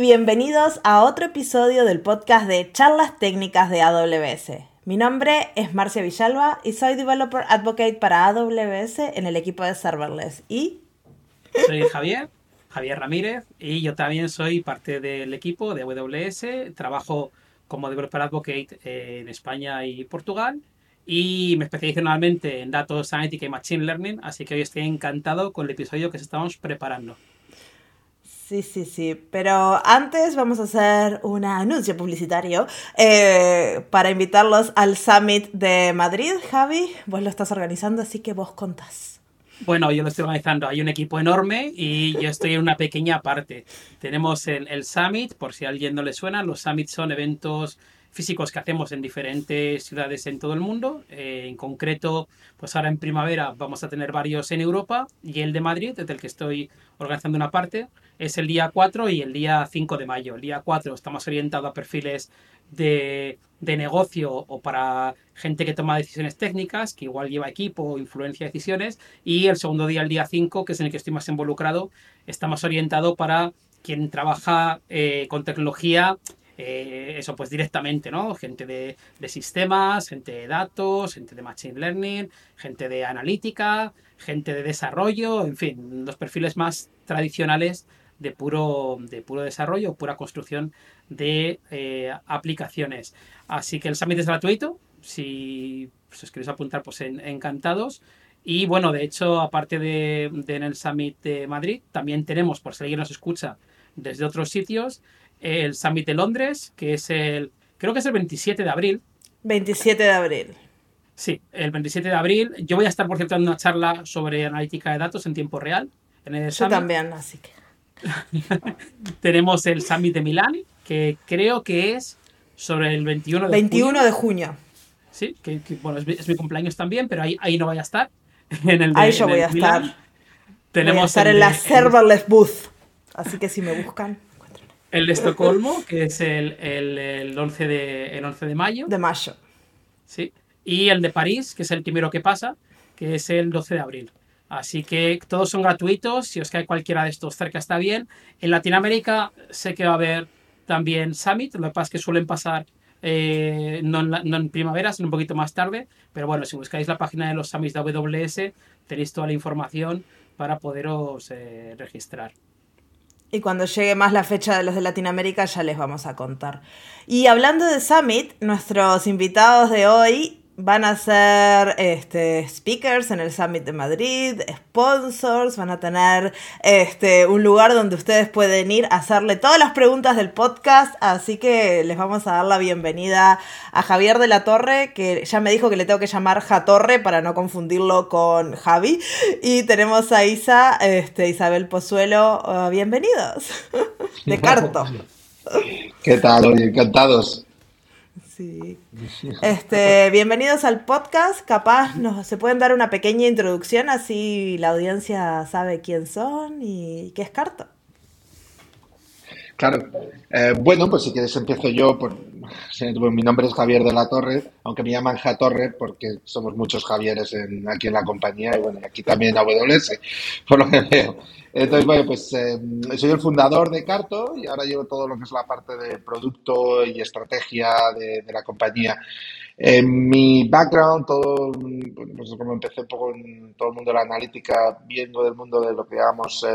bienvenidos a otro episodio del podcast de Charlas Técnicas de AWS. Mi nombre es Marcia Villalba y soy Developer Advocate para AWS en el equipo de Serverless. ¿Y? Soy Javier Ramírez, y yo también soy parte del equipo de AWS. Trabajo como Developer Advocate en España y Portugal y me especializo normalmente en Datos Analytics y Machine Learning, así que hoy estoy encantado con el episodio que estamos preparando. Sí, pero antes vamos a hacer un anuncio publicitario para invitarlos al Summit de Madrid. Javi, vos lo estás organizando, así que vos contás. Bueno, yo lo estoy organizando. Hay un equipo enorme y yo estoy en una pequeña parte. Tenemos el Summit, por si a alguien no le suena. Los Summits son eventos físicos que hacemos en diferentes ciudades en todo el mundo. En concreto, pues ahora en primavera vamos a tener varios en Europa, y el de Madrid, desde el que estoy organizando una parte, es el día 4 y el día 5 de mayo. El día 4 está más orientado a perfiles de negocio o para gente que toma decisiones técnicas, que igual lleva equipo o influencia decisiones, y el segundo día, el día 5, que es en el que estoy más involucrado, está más orientado para quien trabaja con tecnología, eso pues directamente, ¿no? Gente de sistemas, gente de datos, gente de machine learning, gente de analítica, gente de desarrollo, en fin, los perfiles más tradicionales de puro desarrollo, pura construcción de aplicaciones. Así que el Summit es gratuito. Si os queréis apuntar, pues encantados. Y bueno, de hecho, aparte de en el Summit de Madrid, también tenemos, por si alguien nos escucha desde otros sitios, el Summit de Londres, que es creo que es el 27 de abril. 27 de abril. Sí, el 27 de abril. Yo voy a estar, por cierto, en una charla sobre analítica de datos en tiempo real en el Yo Summit. también, así que... Tenemos el Summit de Milán, que creo que es sobre el 21 de 21 junio. de junio. Sí, bueno, es mi cumpleaños también, pero ahí no voy a estar. En el Ahí de, yo en voy el a de Milán. estar. Voy a Tenemos estar el en la de, el de, Serverless Booth. Así que si me buscan, el de Estocolmo, que es el 11 de mayo. de mayo. Sí. Y el de París, que es el primero que pasa, que es el 12 de abril. Así que todos son gratuitos. Si os cae cualquiera de estos cerca, está bien. En Latinoamérica sé que va a haber también Summit. Lo que pasa es que suelen pasar no en primavera, sino un poquito más tarde. Pero bueno, si buscáis la página de los Summits de AWS, tenéis toda la información para poderos registrar. Y cuando llegue más la fecha de los de Latinoamérica ya les vamos a contar. Y hablando de Summit, nuestros invitados de hoy van a ser speakers en el Summit de Madrid, sponsors, van a tener un lugar donde ustedes pueden ir a hacerle todas las preguntas del podcast, así que les vamos a dar la bienvenida a Javier de la Torre, que ya me dijo que le tengo que llamar Jatorre para no confundirlo con Javi, y tenemos a Isabel Pozuelo. Bienvenidos de Carto. ¿Qué tal? Oye, encantados. Sí. Bienvenidos al podcast. Capaz se pueden dar una pequeña introducción, así la audiencia sabe quién son y qué es Carto. Claro. Bueno, pues si quieres empiezo yo. Sí, mi nombre es Javier de la Torre, aunque me llaman Jatorre porque somos muchos Javieres aquí en la compañía y bueno, y aquí también en AWS, por lo que veo. Entonces, bueno, pues soy el fundador de Carto y ahora llevo todo lo que es la parte de producto y estrategia de la compañía. Mi background, todo, pues como empecé un poco en todo el mundo de la analítica, viendo del mundo de lo que llamamos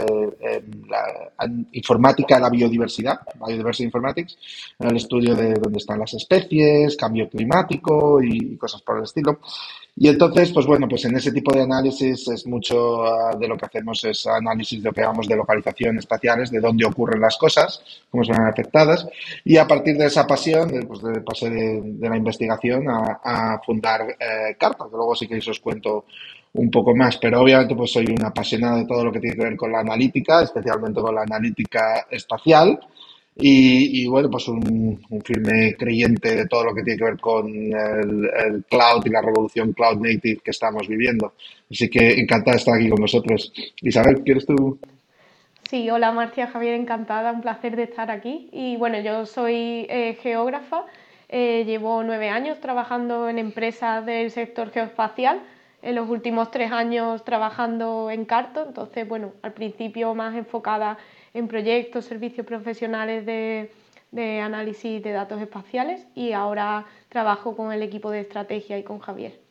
informática, la biodiversidad, Biodiversity Informatics, en el estudio de dónde están las especies, cambio climático y cosas por el estilo. Y entonces, pues bueno, pues en ese tipo de análisis es mucho de lo que hacemos es análisis de lo que llamamos de localización espaciales, de dónde ocurren las cosas, cómo se ven afectadas. Y a partir de esa pasión, pasé de la investigación a fundar Carta, que luego sí que os cuento un poco más, pero obviamente pues soy un apasionado de todo lo que tiene que ver con la analítica, especialmente con la analítica espacial y bueno, pues un firme creyente de todo lo que tiene que ver con el cloud y la revolución cloud native que estamos viviendo. Así que encantado de estar aquí con vosotros. Isabel, ¿quieres tú? Sí, hola Marcia, Javier, encantada, un placer de estar aquí. Y bueno, yo soy geógrafa, llevo 9 años trabajando en empresas del sector geoespacial, en los últimos 3 años trabajando en Carto, entonces bueno, al principio más enfocada en proyectos, servicios profesionales de análisis de datos espaciales y ahora trabajo con el equipo de estrategia y con Javier.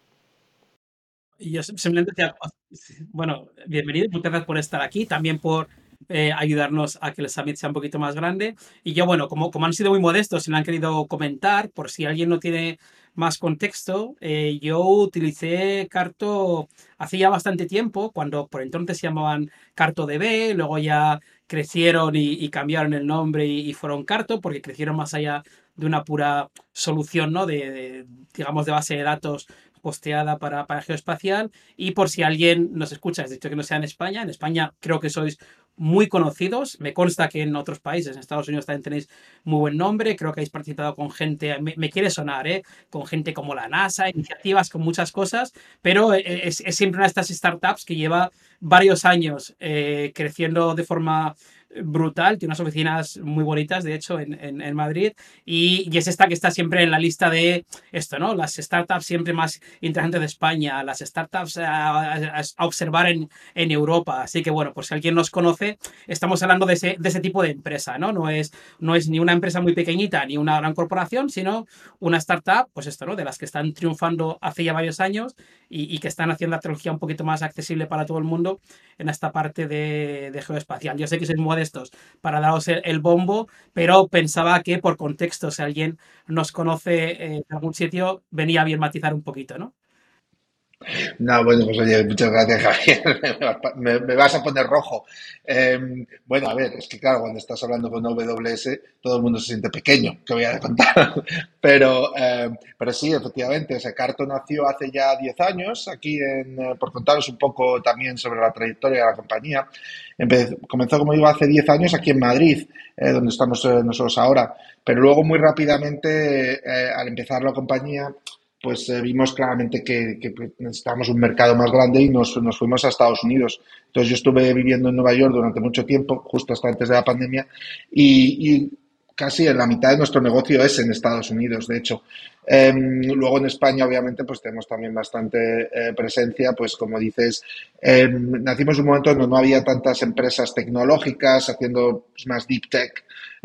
Y yo simplemente bueno, bienvenido, muchas gracias por estar aquí, también por ayudarnos a que el Summit sea un poquito más grande. Y yo, bueno, como han sido muy modestos y lo han querido comentar, por si alguien no tiene más contexto, yo utilicé Carto hace ya bastante tiempo, cuando por entonces se llamaban CartoDB, luego ya crecieron y cambiaron el nombre y fueron Carto, porque crecieron más allá de una pura solución, ¿no? Digamos, de base de datos posteada para geoespacial. Y por si alguien nos escucha, es dicho que no sea en España creo que sois muy conocidos. Me consta que en otros países, en Estados Unidos también tenéis muy buen nombre. Creo que habéis participado con gente, me quiere sonar, con gente como la NASA, iniciativas con muchas cosas, pero es siempre una de estas startups que lleva varios años creciendo de forma brutal, tiene unas oficinas muy bonitas, de hecho, en Madrid, y es esta que está siempre en la lista de esto, ¿no? Las startups siempre más interesantes de España, las startups a observar en Europa. Así que, bueno, por si alguien nos conoce, estamos hablando de ese tipo de empresa, ¿no? No es ni una empresa muy pequeñita ni una gran corporación, sino una startup, pues esto, ¿no? De las que están triunfando hace ya varios años y que están haciendo la tecnología un poquito más accesible para todo el mundo en esta parte de geoespacial. Yo sé que sois modestos para daros el bombo, pero pensaba que por contexto, si alguien nos conoce en algún sitio, venía bien matizar un poquito, ¿no? No, bueno, pues oye, muchas gracias, Javier. Me vas a poner rojo. Bueno, a ver, es que claro, cuando estás hablando con AWS, todo el mundo se siente pequeño, que voy a contar. Pero sí, efectivamente, ese Carto nació hace ya 10 años, aquí por contaros un poco también sobre la trayectoria de la compañía. Comenzó, como digo, hace 10 años aquí en Madrid, donde estamos nosotros ahora. Pero luego, muy rápidamente, al empezar la compañía, pues vimos claramente que necesitábamos un mercado más grande y nos fuimos a Estados Unidos. Entonces yo estuve viviendo en Nueva York durante mucho tiempo, justo hasta antes de la pandemia, y casi en la mitad de nuestro negocio es en Estados Unidos, de hecho. Luego en España, obviamente, pues tenemos también bastante presencia, pues como dices, nacimos en un momento donde no había tantas empresas tecnológicas haciendo pues, más deep tech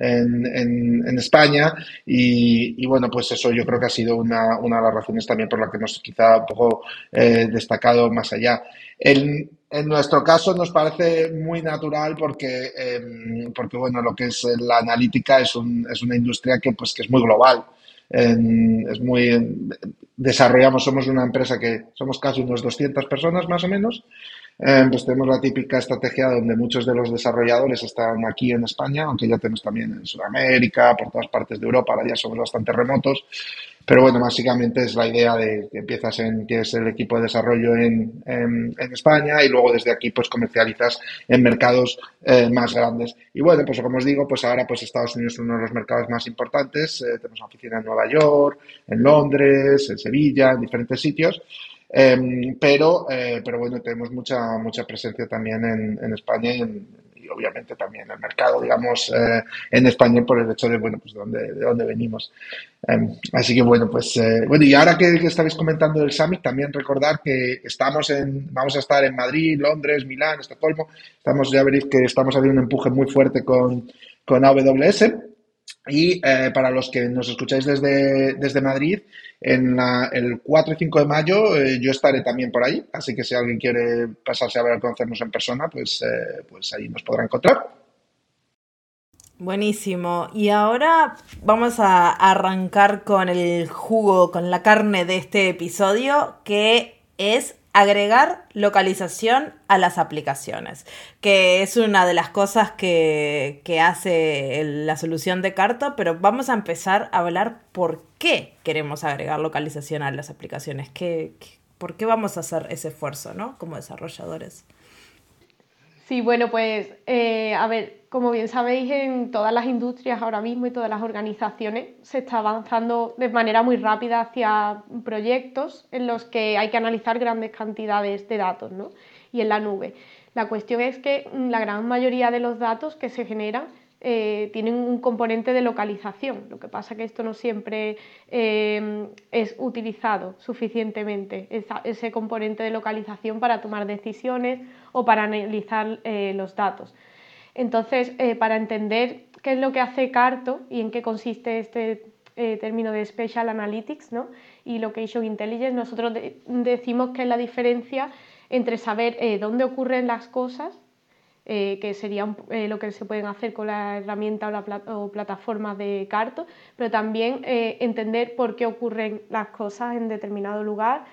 en España y bueno, pues eso yo creo que ha sido una de las razones también por la que hemos quizá un poco destacado más allá. En nuestro caso nos parece muy natural porque bueno, lo que es la analítica es una industria que es muy global. Es muy desarrollamos, somos una empresa que somos casi unos 200 personas más o menos. Pues tenemos la típica estrategia donde muchos de los desarrolladores están aquí en España, aunque ya tenemos también en Sudamérica, por todas partes de Europa, ahora ya somos bastante remotos. Pero bueno, básicamente es la idea de que empiezas que es el equipo de desarrollo en España y luego desde aquí pues comercializas en mercados más grandes. Y bueno, pues como os digo, pues ahora pues Estados Unidos es uno de los mercados más importantes. Tenemos una oficina en Nueva York, en Londres, en Sevilla, en diferentes sitios. Pero bueno, tenemos mucha presencia también en España y obviamente también en el mercado, digamos, en España por el hecho de, bueno, pues de dónde venimos. Así que bueno, pues bueno, y ahora que estabais comentando del Summit, también recordar que vamos a estar en Madrid, Londres, Milán, Estocolmo. Ya veréis que estamos haciendo un empuje muy fuerte con AWS. Y para los que nos escucháis desde Madrid, el 4 y 5 de mayo yo estaré también por ahí, así que si alguien quiere pasarse a ver, a conocernos en persona, pues ahí nos podrá encontrar. Buenísimo. Y ahora vamos a arrancar con el jugo, con la carne de este episodio, que es agregar localización a las aplicaciones, que es una de las cosas que hace la solución de Carto, pero vamos a empezar a hablar por qué queremos agregar localización a las aplicaciones, por qué vamos a hacer ese esfuerzo, ¿no? Como desarrolladores. Sí, bueno, pues a ver, como bien sabéis, en todas las industrias ahora mismo y todas las organizaciones se está avanzando de manera muy rápida hacia proyectos en los que hay que analizar grandes cantidades de datos, ¿no? Y en la nube. La cuestión es que la gran mayoría de los datos que se generan tienen un componente de localización. Lo que pasa es que esto no siempre es utilizado suficientemente, ese componente de localización para tomar decisiones o para analizar los datos. Entonces, para entender qué es lo que hace Carto y en qué consiste este término de Spatial Analytics, ¿no? Y Location Intelligence, nosotros decimos que es la diferencia entre saber dónde ocurren las cosas, que sería lo que se pueden hacer con la herramienta o plataforma de Carto, pero también entender por qué ocurren las cosas en determinado lugar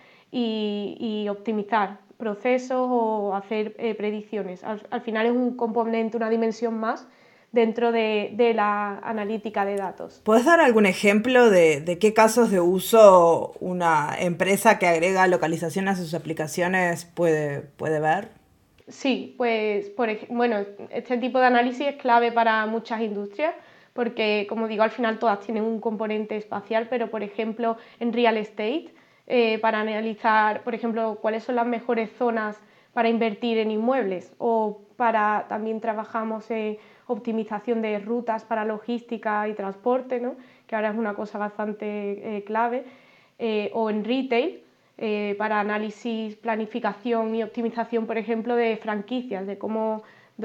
y optimizar procesos o hacer predicciones. Al final es un componente, una dimensión más dentro de la analítica de datos. ¿Puedes dar algún ejemplo de qué casos de uso una empresa que agrega localización a sus aplicaciones puede ver? Sí, pues bueno, este tipo de análisis es clave para muchas industrias porque, como digo, al final todas tienen un componente espacial, pero por ejemplo en real estate, para analizar, por ejemplo, cuáles son las mejores zonas para invertir en inmuebles, o también trabajamos en optimización de rutas para logística y transporte, ¿no? Que ahora es una cosa bastante clave, o en retail, para análisis, planificación y optimización, por ejemplo, de franquicias, de cómo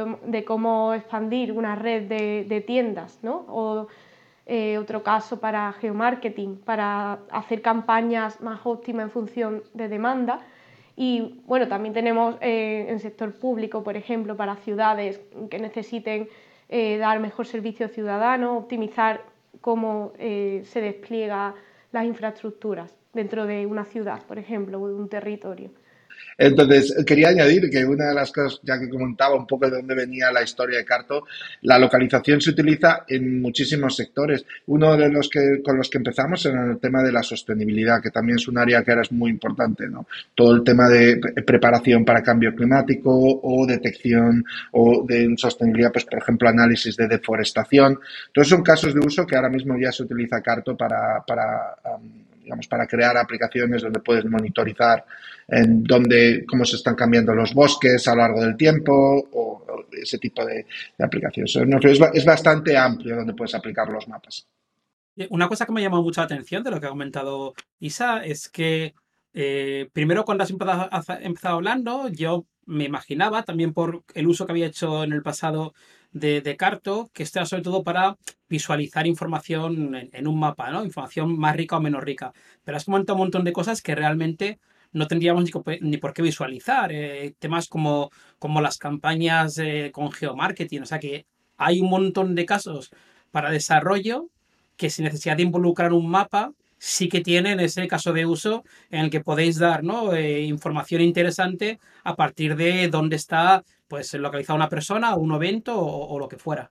expandir una red de tiendas, ¿no? O otro caso para geomarketing, para hacer campañas más óptimas en función de demanda. Y bueno, también tenemos en sector público, por ejemplo, para ciudades que necesiten dar mejor servicio ciudadano, optimizar cómo se despliega las infraestructuras dentro de una ciudad, por ejemplo, o de un territorio. Entonces, quería añadir que una de las cosas, ya que comentaba un poco de dónde venía la historia de Carto, la localización se utiliza en muchísimos sectores. Uno de los con los que empezamos era el tema de la sostenibilidad, que también es un área que ahora es muy importante, ¿no? Todo el tema de preparación para cambio climático o detección o de sostenibilidad, pues por ejemplo, análisis de deforestación. Todos son casos de uso que ahora mismo ya se utiliza Carto para crear aplicaciones donde puedes monitorizar cómo se están cambiando los bosques a lo largo del tiempo o ese tipo de aplicaciones. Es bastante amplio donde puedes aplicar los mapas. Una cosa que me ha llamado mucho la atención de lo que ha comentado Isa es que primero cuando has empezado hablando, yo me imaginaba, también por el uso que había hecho en el pasado de Carto, que esto era sobre todo para visualizar información en un mapa, ¿no? Información más rica o menos rica. Pero has comentado un montón de cosas que realmente no tendríamos ni por qué visualizar. Temas como las campañas con geomarketing. O sea que hay un montón de casos para desarrollo que sin necesidad de involucrar un mapa sí que tienen ese caso de uso en el que podéis dar, ¿no? Información interesante a partir de dónde está pues localizada una persona o un evento o lo que fuera.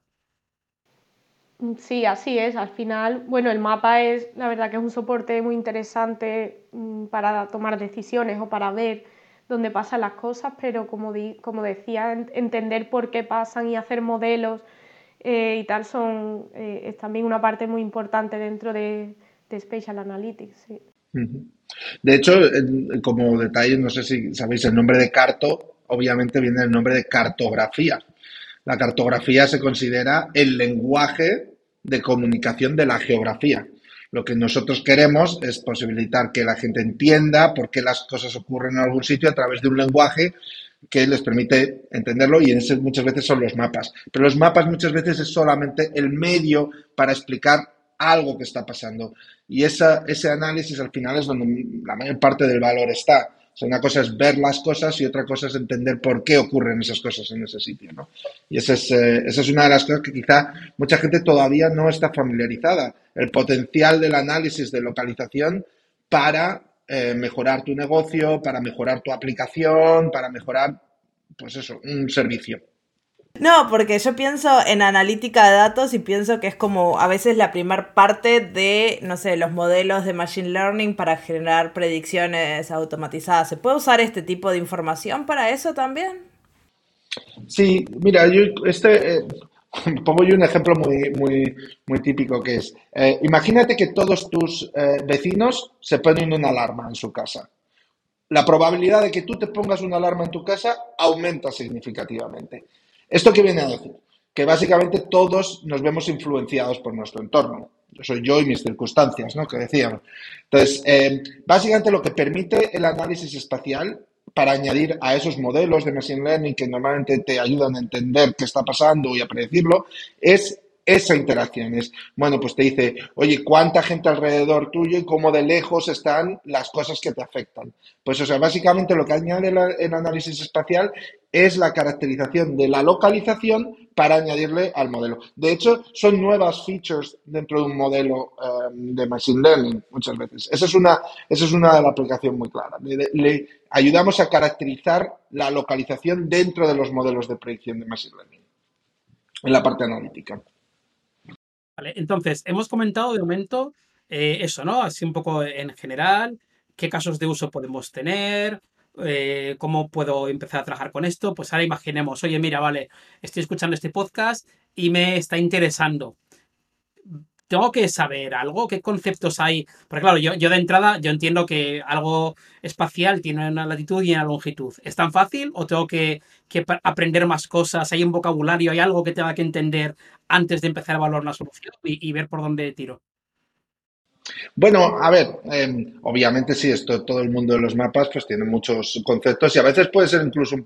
Sí, así es. Al final, bueno, el mapa es, la verdad que es un soporte muy interesante para tomar decisiones o para ver dónde pasan las cosas, pero como decía, entender por qué pasan y hacer modelos y tal es también una parte muy importante dentro de Spatial Analytics. Sí. De hecho, como detalle, no sé si sabéis, el nombre de Carto obviamente viene del nombre de cartografía. La cartografía se considera el lenguaje de comunicación de la geografía. Lo que nosotros queremos es posibilitar que la gente entienda por qué las cosas ocurren en algún sitio a través de un lenguaje que les permite entenderlo, y ese muchas veces son los mapas. Pero los mapas muchas veces es solamente el medio para explicar algo que está pasando. Y ese análisis al final es donde la mayor parte del valor está. O sea, una cosa es ver las cosas y otra cosa es entender por qué ocurren esas cosas en ese sitio, ¿no? Y esa es una de las cosas que quizá mucha gente todavía no está familiarizada. El potencial del análisis de localización para mejorar tu negocio, para mejorar tu aplicación, para mejorar, pues eso, un servicio. No, porque yo pienso en analítica de datos y pienso que es como a veces la primer parte de, no sé, los modelos de Machine Learning para generar predicciones automatizadas. ¿Se puede usar este tipo de información para eso también? Sí, mira, pongo yo un ejemplo muy típico que es, imagínate que todos tus vecinos se ponen una alarma en su casa. La probabilidad de que tú te pongas una alarma en tu casa aumenta significativamente. ¿Esto qué viene a decir? Que básicamente todos nos vemos influenciados por nuestro entorno. Yo soy yo y mis circunstancias, ¿no? Que decíamos. Entonces, básicamente lo que permite el análisis espacial para añadir a esos modelos de Machine Learning que normalmente te ayudan a entender qué está pasando y a predecirlo, es esa interacción. Es, bueno, pues te dice, oye, ¿cuánta gente alrededor tuyo y cómo de lejos están las cosas que te afectan? Pues, o sea, básicamente lo que añade el análisis espacial es la caracterización de la localización para añadirle al modelo. De hecho, son nuevas features dentro de un modelo de Machine Learning muchas veces. Esa es una de las aplicaciones muy claras. Le ayudamos a caracterizar la localización dentro de los modelos de predicción de Machine Learning, en la parte analítica. Vale, entonces, hemos comentado de momento eso, ¿no? Así un poco en general, qué casos de uso podemos tener, cómo puedo empezar a trabajar con esto. Pues ahora imaginemos, oye, mira, vale, estoy escuchando este podcast y me está interesando. ¿Tengo que saber algo? ¿Qué conceptos hay? Porque claro, yo de entrada, yo entiendo que algo espacial tiene una latitud y una longitud. ¿Es tan fácil o tengo que aprender más cosas? ¿Hay un vocabulario? ¿Hay algo que tenga que entender antes de empezar a evaluar una solución y ver por dónde tiro? Bueno, a ver, obviamente sí, todo el mundo de los mapas pues tiene muchos conceptos y a veces puede ser incluso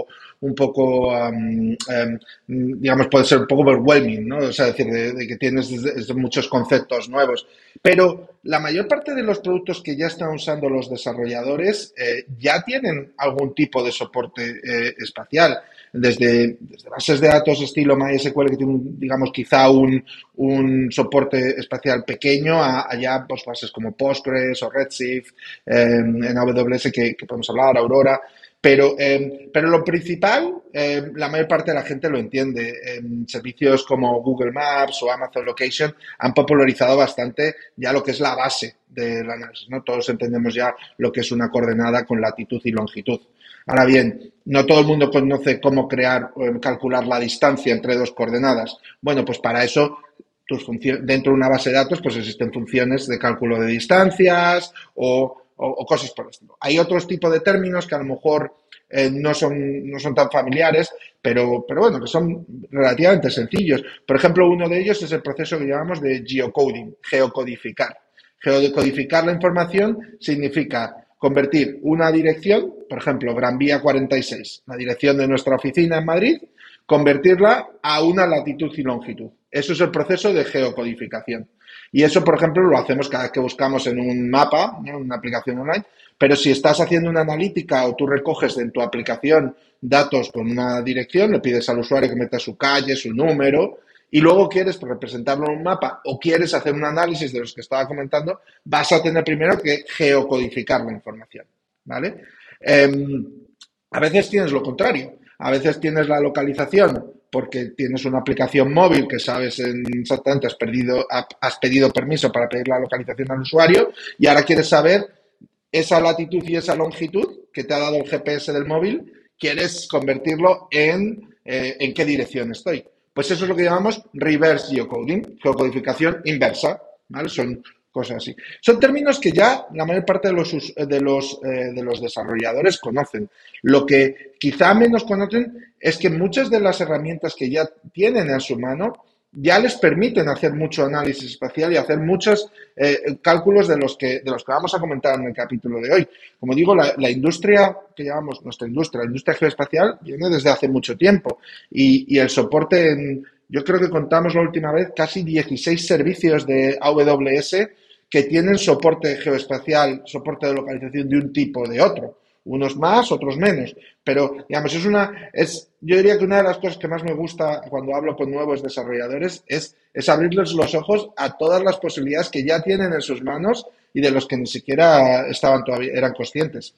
digamos, puede ser un poco overwhelming, ¿no? O sea, decir, de que tienes muchos conceptos nuevos. Pero la mayor parte de los productos que ya están usando los desarrolladores ya tienen algún tipo de soporte espacial. Desde bases de datos estilo MySQL que tienen, digamos, quizá un soporte espacial pequeño a ya pues, bases como Postgres o Redshift, en AWS que podemos hablar, Aurora. Pero lo principal, la mayor parte de la gente lo entiende. Servicios como Google Maps o Amazon Location han popularizado bastante ya lo que es la base del análisis, ¿no? Todos entendemos ya lo que es una coordenada con latitud y longitud. Ahora bien, no todo el mundo conoce cómo crear o calcular la distancia entre dos coordenadas. Bueno, pues para eso dentro de una base de datos pues existen funciones de cálculo de distancias o cosas por el estilo. Hay otros tipos de términos que a lo mejor no son tan familiares, pero bueno, que son relativamente sencillos. Por ejemplo, uno de ellos es el proceso que llamamos de geocoding, geocodificar. Geocodificar la información significa convertir una dirección, por ejemplo, Gran Vía 46, la dirección de nuestra oficina en Madrid, convertirla a una latitud y longitud. Eso es el proceso de geocodificación. Y eso, por ejemplo, lo hacemos cada vez que buscamos en un mapa, ¿no? En una aplicación online. Pero si estás haciendo una analítica o tú recoges en tu aplicación datos con una dirección, le pides al usuario que meta su calle, su número, y luego quieres representarlo en un mapa o quieres hacer un análisis de los que estaba comentando, vas a tener primero que geocodificar la información, ¿vale? A veces tienes lo contrario. A veces tienes la localización porque tienes una aplicación móvil que sabes exactamente, has pedido permiso para pedir la localización al usuario y ahora quieres saber esa latitud y esa longitud que te ha dado el GPS del móvil, quieres convertirlo en qué dirección estoy. Pues eso es lo que llamamos reverse geocoding, geocodificación inversa, ¿vale? Son cosas así. Son términos que ya la mayor parte de los desarrolladores conocen. Lo que quizá menos conocen es que muchas de las herramientas que ya tienen en su mano ya les permiten hacer mucho análisis espacial y hacer muchos cálculos de los que vamos a comentar en el capítulo de hoy. Como digo, la industria que llamamos nuestra industria, la industria geoespacial, viene desde hace mucho tiempo y el soporte yo creo que contamos la última vez casi 16 servicios de AWS que tienen soporte geoespacial, soporte de localización de un tipo o de otro. Unos más, otros menos. Pero, digamos, yo diría que una de las cosas que más me gusta cuando hablo con nuevos desarrolladores es abrirles los ojos a todas las posibilidades que ya tienen en sus manos y de los que ni siquiera eran conscientes.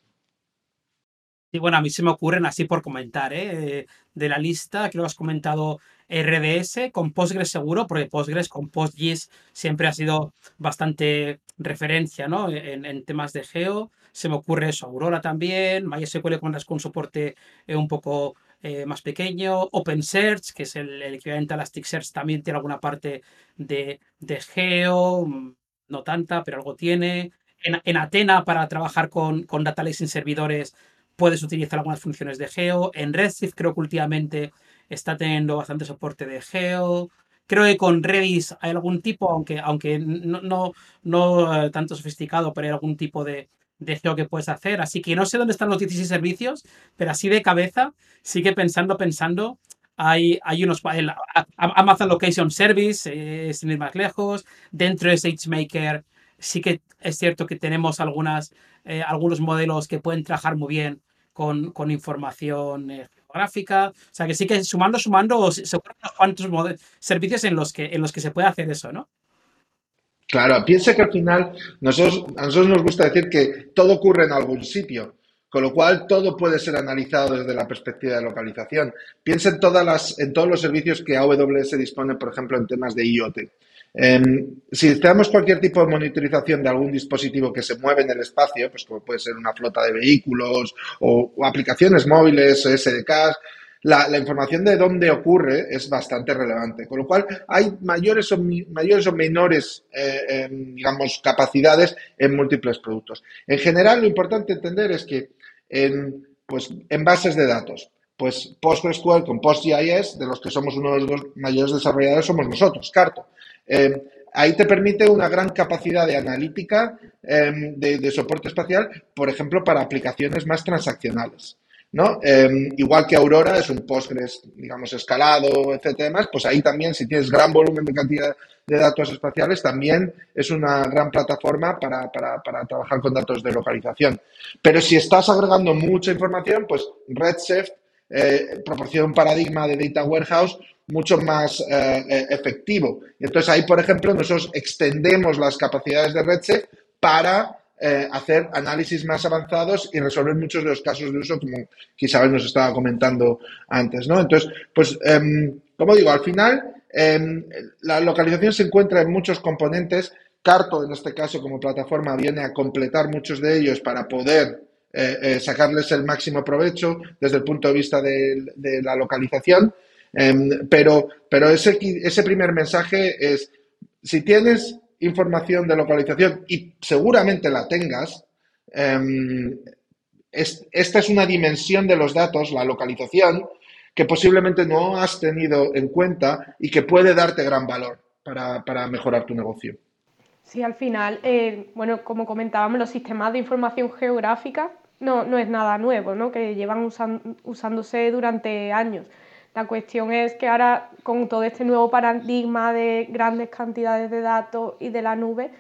Y bueno, a mí se me ocurren así por comentar, de la lista, creo que has comentado RDS con Postgres seguro, porque Postgres con PostGIS siempre ha sido bastante referencia, ¿no? En temas de geo. Se me ocurre eso, Aurora también, MySQL con soporte un poco más pequeño, OpenSearch, que es el equivalente a Elasticsearch, también tiene alguna parte de geo, no tanta, pero algo tiene. En Athena, para trabajar con data lakes sin servidores, puedes utilizar algunas funciones de geo. En Redshift creo que últimamente está teniendo bastante soporte de geo. Creo que con Redis hay algún tipo, aunque no tanto sofisticado, pero hay algún tipo de geo que puedes hacer. Así que no sé dónde están los 16 servicios, pero así de cabeza, sigue pensando, hay unos, Amazon Location Service, sin ir más lejos, dentro de SageMaker sí que es cierto que tenemos algunos modelos que pueden trabajar muy bien con información geográfica. O sea que sí que sumando, seguro unos cuantos servicios en los que se puede hacer eso, ¿no? Claro, piensa que al final a nosotros nos gusta decir que todo ocurre en algún sitio, con lo cual todo puede ser analizado desde la perspectiva de localización. Piensa en todos los servicios que AWS dispone, por ejemplo, en temas de IoT. Si tenemos cualquier tipo de monitorización de algún dispositivo que se mueve en el espacio, pues como puede ser una flota de vehículos o aplicaciones móviles, SDKs, la información de dónde ocurre es bastante relevante, con lo cual hay mayores o menores, digamos, capacidades en múltiples productos. En general, lo importante entender es que en bases de datos, pues PostgreSQL con PostGIS, de los que somos uno de los mayores desarrolladores, somos nosotros, Carto. Ahí te permite una gran capacidad de analítica, de soporte espacial, por ejemplo, para aplicaciones más transaccionales, ¿no? Igual que Aurora es un Postgres, digamos, escalado, etcétera, pues ahí también, si tienes gran volumen de cantidad de datos espaciales, también es una gran plataforma para trabajar con datos de localización. Pero si estás agregando mucha información, pues Redshift proporciona un paradigma de data warehouse mucho más efectivo. Entonces ahí, por ejemplo, nosotros extendemos las capacidades de Redshift para hacer análisis más avanzados y resolver muchos de los casos de uso, como Isabel nos estaba comentando antes, ¿no? Entonces, pues, como digo, al final la localización se encuentra en muchos componentes. Carto, en este caso, como plataforma, viene a completar muchos de ellos para poder sacarles el máximo provecho desde el punto de vista de la localización. Pero ese primer mensaje es, si tienes información de localización y seguramente la tengas, esta es una dimensión de los datos, la localización, que posiblemente no has tenido en cuenta y que puede darte gran valor para mejorar tu negocio. Sí, al final, bueno, como comentábamos, los sistemas de información geográfica no es nada nuevo, ¿no? Que llevan usándose durante años. La cuestión es que ahora, con todo este nuevo paradigma de grandes cantidades de datos y de la nube,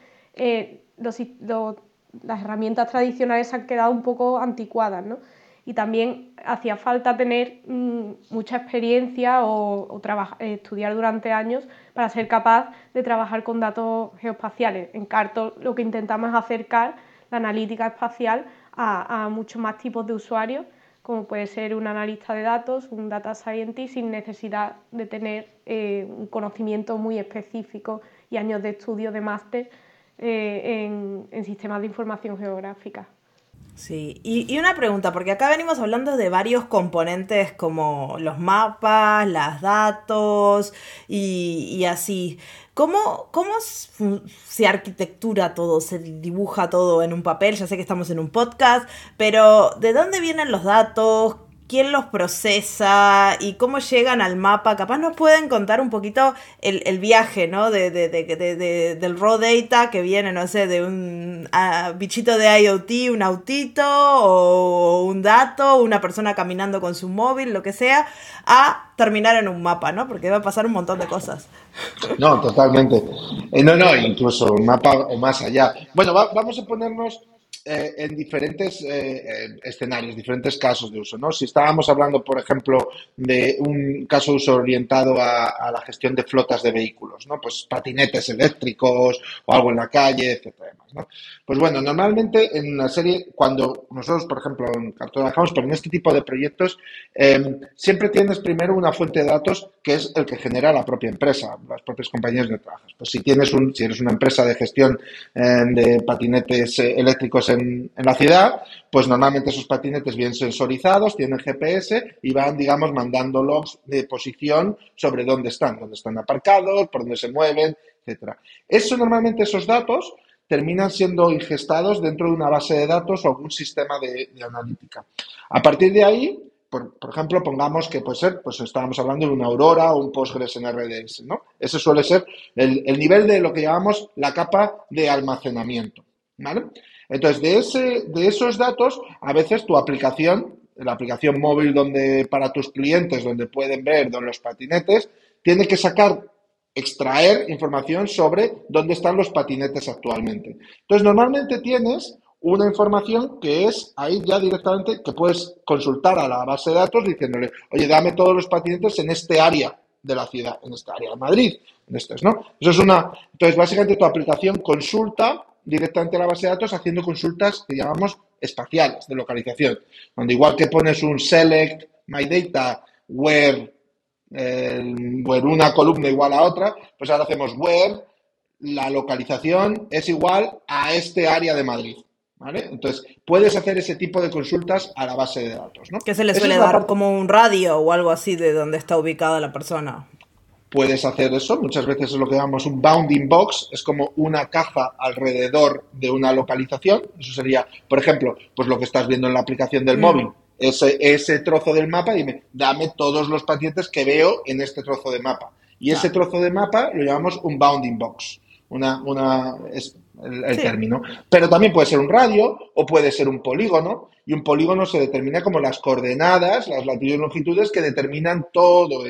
las herramientas tradicionales se han quedado un poco anticuadas, ¿no? Y también hacía falta tener mucha experiencia o estudiar durante años para ser capaz de trabajar con datos geoespaciales. En Carto lo que intentamos es acercar la analítica espacial a muchos más tipos de usuarios, como puede ser un analista de datos, un data scientist, sin necesidad de tener un conocimiento muy específico y años de estudio de máster en sistemas de información geográfica. Sí, y una pregunta, porque acá venimos hablando de varios componentes como los mapas, los datos y así. ¿Cómo se arquitectura todo, se dibuja todo en un papel? Ya sé que estamos en un podcast, pero ¿de dónde vienen los datos? ¿Quién los procesa? ¿Y cómo llegan al mapa? Capaz nos pueden contar un poquito el viaje, ¿no? Del raw data que viene, no sé, de un bichito de IoT, un autito o un dato, una persona caminando con su móvil, lo que sea, a terminar en un mapa, ¿no? Porque va a pasar un montón de cosas. No, totalmente. No, incluso un mapa o más allá. Bueno, vamos a ponernos en diferentes escenarios, diferentes casos de uso, ¿no? Si estábamos hablando, por ejemplo, de un caso de uso orientado a la gestión de flotas de vehículos, ¿no? Pues patinetes eléctricos o algo en la calle, etcétera, ¿no? Pues bueno, normalmente en una serie, cuando nosotros, por ejemplo, en Carto trabajamos, pero en este tipo de proyectos, siempre tienes primero una fuente de datos que es el que genera la propia empresa, las propias compañías donde trabajas. Pues si eres una empresa de gestión de patinetes eléctricos en la ciudad, pues normalmente esos patinetes vienen sensorizados, tienen GPS y van, digamos, mandando logs de posición sobre dónde están aparcados, por dónde se mueven, etcétera. Normalmente esos datos terminan siendo ingestados dentro de una base de datos o algún sistema de analítica. A partir de ahí, por ejemplo, pongamos que puede ser, pues estábamos hablando de una Aurora o un Postgres en RDS, ¿no? Ese suele ser el nivel de lo que llamamos la capa de almacenamiento. ¿vale? Entonces, de esos datos, a veces tu aplicación, la aplicación móvil donde para tus clientes, donde pueden ver los patinetes, tiene que extraer información sobre dónde están los patinetes actualmente. Entonces, normalmente tienes una información que es ahí ya directamente que puedes consultar a la base de datos diciéndole, oye, dame todos los patinetes en este área de la ciudad, en esta área de Madrid, en estos, ¿no? Eso es entonces, básicamente tu aplicación consulta directamente a la base de datos haciendo consultas que llamamos espaciales, de localización, donde igual que pones un select my data where una columna igual a otra, pues ahora hacemos where la localización es igual a este área de Madrid, ¿vale? Entonces, puedes hacer ese tipo de consultas a la base de datos, ¿no? Que se le Esa suele es la dar parte. como un radio o algo así de donde está ubicada la persona. Puedes hacer eso, muchas veces es lo que llamamos un bounding box, es como una caja alrededor de una localización. Eso sería, por ejemplo, pues lo que estás viendo en la aplicación del móvil, ese trozo del mapa, dime, dame todos los pacientes que veo en este trozo de mapa. Y ese trozo de mapa lo llamamos un bounding box, es el término. Pero también puede ser un radio o puede ser un polígono, y un polígono se determina como las coordenadas, las latitudes y longitudes que determinan todo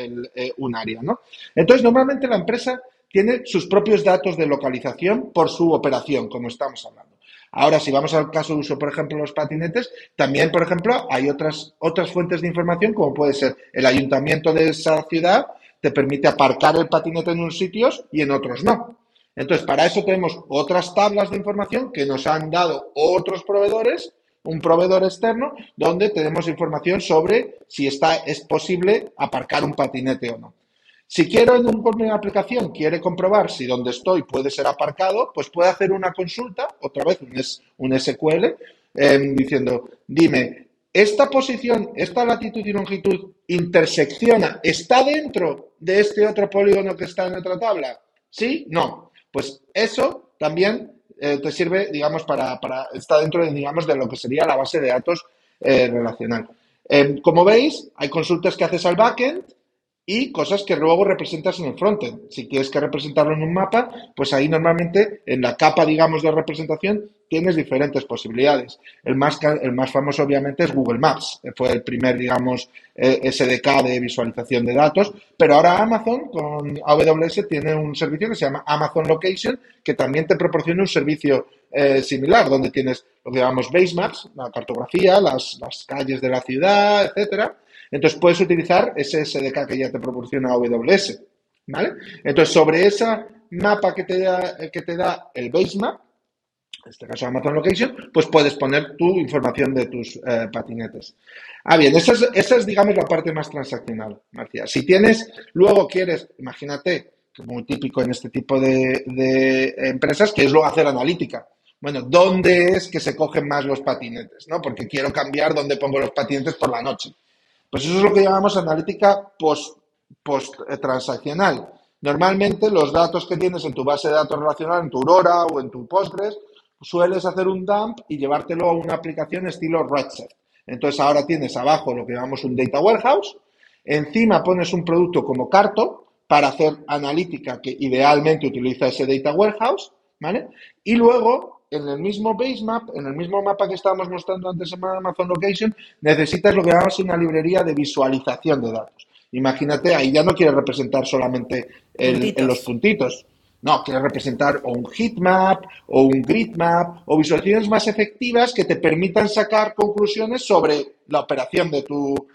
un área, ¿no? Entonces, normalmente la empresa tiene sus propios datos de localización por su operación, como estamos hablando. Ahora, si vamos al caso de uso, por ejemplo, los patinetes, también, por ejemplo, hay otras fuentes de información, como puede ser el ayuntamiento de esa ciudad, te permite aparcar el patinete en unos sitios y en otros no. Entonces, para eso tenemos otras tablas de información que nos han dado otros proveedores, un proveedor externo, donde tenemos información sobre si es posible aparcar un patinete o no. Si quiero en una aplicación, quiere comprobar si donde estoy puede ser aparcado, pues puede hacer una consulta, otra vez un SQL, diciendo, dime, esta posición, esta latitud y longitud intersecciona, ¿está dentro de este otro polígono que está en otra tabla? ¿Sí? No. Pues eso también te sirve, digamos, está dentro de, digamos, de lo que sería la base de datos relacional. Como veis, hay consultas que haces al backend y cosas que luego representas en el frontend. Si quieres que representarlo en un mapa, pues ahí normalmente en la capa, digamos, de representación tienes diferentes posibilidades. El más famoso, obviamente, es Google Maps. Fue el primer, digamos, SDK de visualización de datos. Pero ahora Amazon, con AWS, tiene un servicio que se llama Amazon Location, que también te proporciona un servicio similar, donde tienes lo que llamamos base maps, la cartografía, las calles de la ciudad, etcétera. Entonces, puedes utilizar ese SDK que ya te proporciona AWS, ¿vale? Entonces, sobre esa mapa que te da el base map, en este caso Amazon Location, pues puedes poner tu información de tus patinetes. Bien, esa es, digamos, la parte más transaccional, Marcia. Si luego quieres, imagínate, muy típico en este tipo de empresas, que es luego hacer analítica. Bueno, ¿dónde es que se cogen más los patinetes? ¿No? Porque quiero cambiar dónde pongo los patinetes por la noche. Pues eso es lo que llamamos analítica post-transaccional. Normalmente los datos que tienes en tu base de datos relacional, en tu Aurora o en tu Postgres, sueles hacer un dump y llevártelo a una aplicación estilo Redshift. Entonces ahora tienes abajo lo que llamamos un data warehouse, encima pones un producto como Carto para hacer analítica que idealmente utiliza ese data warehouse, ¿vale? Y luego en el mismo base map, en el mismo mapa que estábamos mostrando antes en Amazon Location, necesitas lo que llamamos una librería de visualización de datos. Imagínate, ahí ya no quieres representar solamente los puntitos. No, quieres representar o un heatmap o un gridmap o visualizaciones más efectivas que te permitan sacar conclusiones sobre la operación de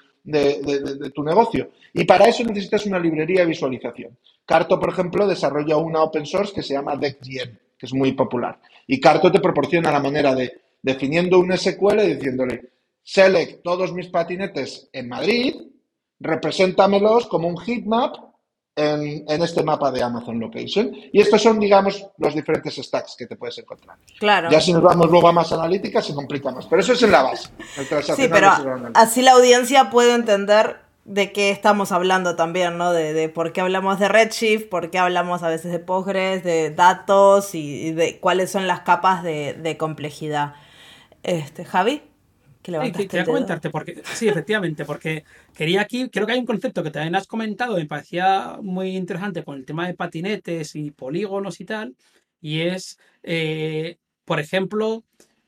tu negocio. Y para eso necesitas una librería de visualización. Carto, por ejemplo, desarrolla una open source que se llama DeckGen, que es muy popular. Y Carto te proporciona la manera de, definiendo un SQL, diciéndole, select todos mis patinetes en Madrid, represéntamelos como un heatmap en este mapa de Amazon Location. Y estos son, digamos, los diferentes stacks que te puedes encontrar. Claro. Ya si nos vamos luego a más analítica, se complica más. Pero eso es en la base. Sí, pero así la audiencia puede entender de qué estamos hablando también, ¿no? De por qué hablamos de Redshift, por qué hablamos a veces de Postgres, de datos y de cuáles son las capas de complejidad. Javi, que levantaste quería comentarte, porque sí, efectivamente, porque creo que hay un concepto que también has comentado, me parecía muy interesante con el tema de patinetes y polígonos y tal, y es por ejemplo,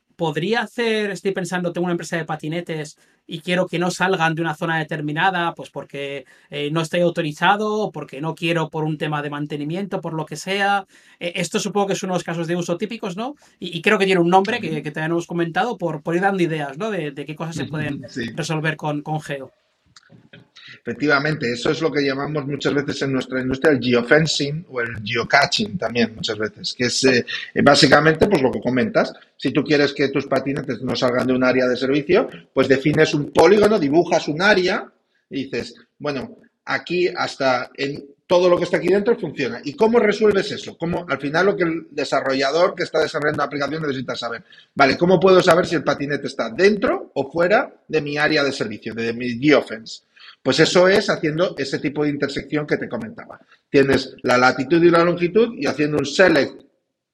estoy pensando, tengo una empresa de patinetes y quiero que no salgan de una zona determinada, pues porque no estoy autorizado, porque no quiero por un tema de mantenimiento, por lo que sea. Esto supongo que es uno de los casos de uso típicos, ¿no? Y creo que tiene un nombre que también hemos comentado por ir dando ideas, ¿no? De qué cosas se pueden Sí. resolver con Geo. Efectivamente, eso es lo que llamamos muchas veces en nuestra industria el geofencing o el geocaching también muchas veces, que es básicamente pues lo que comentas. Si tú quieres que tus patinetes no salgan de un área de servicio, pues defines un polígono, dibujas un área y dices, bueno, aquí hasta en todo lo que está aquí dentro funciona. ¿Y cómo resuelves eso? ¿Cómo, al final lo que el desarrollador que está desarrollando la aplicación necesita saber? Vale, ¿cómo puedo saber si el patinete está dentro o fuera de mi área de servicio, de mi geofence? Pues eso es haciendo ese tipo de intersección que te comentaba. Tienes la latitud y la longitud y haciendo un select,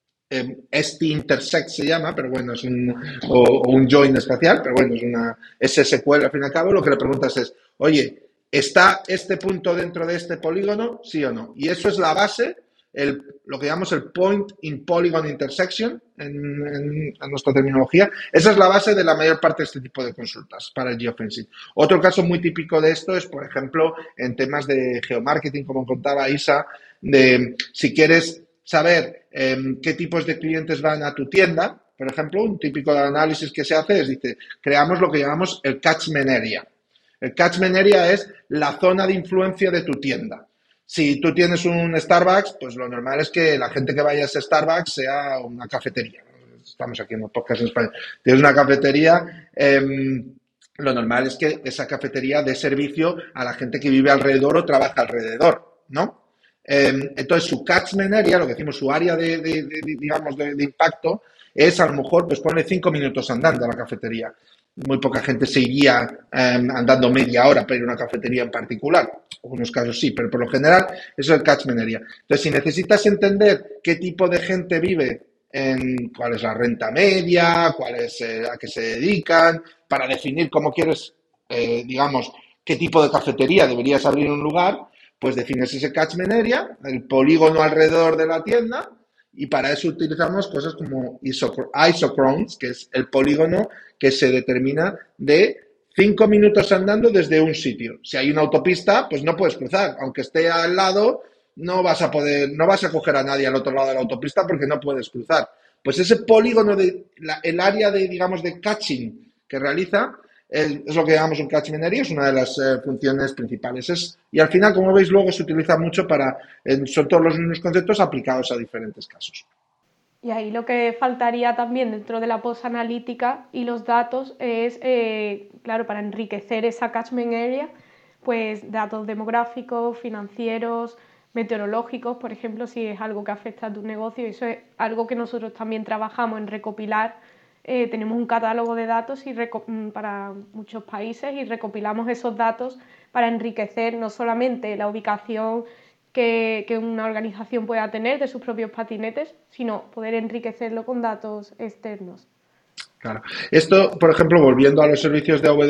ST-intersect se llama, pero bueno, es un join espacial, pero bueno, es una SSQL al fin y al cabo. Lo que le preguntas es, oye, ¿está este punto dentro de este polígono? ¿Sí o no? Y eso es la base, lo que llamamos el Point in Polygon Intersection en nuestra terminología. Esa es la base de la mayor parte de este tipo de consultas para el geofencing. Otro caso muy típico de esto es, por ejemplo, en temas de geomarketing, como contaba Isa, de si quieres saber qué tipos de clientes van a tu tienda. Por ejemplo, un típico análisis que se hace es, dice, creamos lo que llamamos el catchment area. El catchment area es la zona de influencia de tu tienda. Si tú tienes un Starbucks, pues lo normal es que la gente que vaya a ese Starbucks sea una cafetería. Estamos aquí en los podcasts en español. Tienes una cafetería, lo normal es que esa cafetería dé servicio a la gente que vive alrededor o trabaja alrededor, ¿no? Entonces, su catchment area, lo que decimos, su área de impacto, es a lo mejor, pues ponle 5 minutos andando a la cafetería. Muy poca gente se iría andando media hora para ir a una cafetería en particular. En algunos casos sí, pero por lo general eso es el catchment area. Entonces, si necesitas entender qué tipo de gente vive, cuál es la renta media, a qué se dedican, para definir cómo quieres, digamos, qué tipo de cafetería deberías abrir en un lugar, pues defines ese catchment area, el polígono alrededor de la tienda, y para eso utilizamos cosas como isochrones, que es el polígono que se determina de 5 minutos andando desde un sitio. Si hay una autopista, pues no puedes cruzar. Aunque esté al lado, no vas a coger a nadie al otro lado de la autopista porque no puedes cruzar. Pues ese polígono, el área digamos, de catching que realiza, es lo que llamamos un catchment area, es una de las funciones principales. Y al final, como veis, luego se utiliza mucho son todos los mismos conceptos aplicados a diferentes casos. Y ahí lo que faltaría también dentro de la post-analítica y los datos es, claro, para enriquecer esa catchment area, pues datos demográficos, financieros, meteorológicos, por ejemplo, si es algo que afecta a tu negocio. Eso es algo que nosotros también trabajamos en recopilar. Tenemos un catálogo de datos para muchos países y recopilamos esos datos para enriquecer no solamente la ubicación que una organización pueda tener de sus propios patinetes, sino poder enriquecerlo con datos externos. Claro. Esto, por ejemplo, volviendo a los servicios de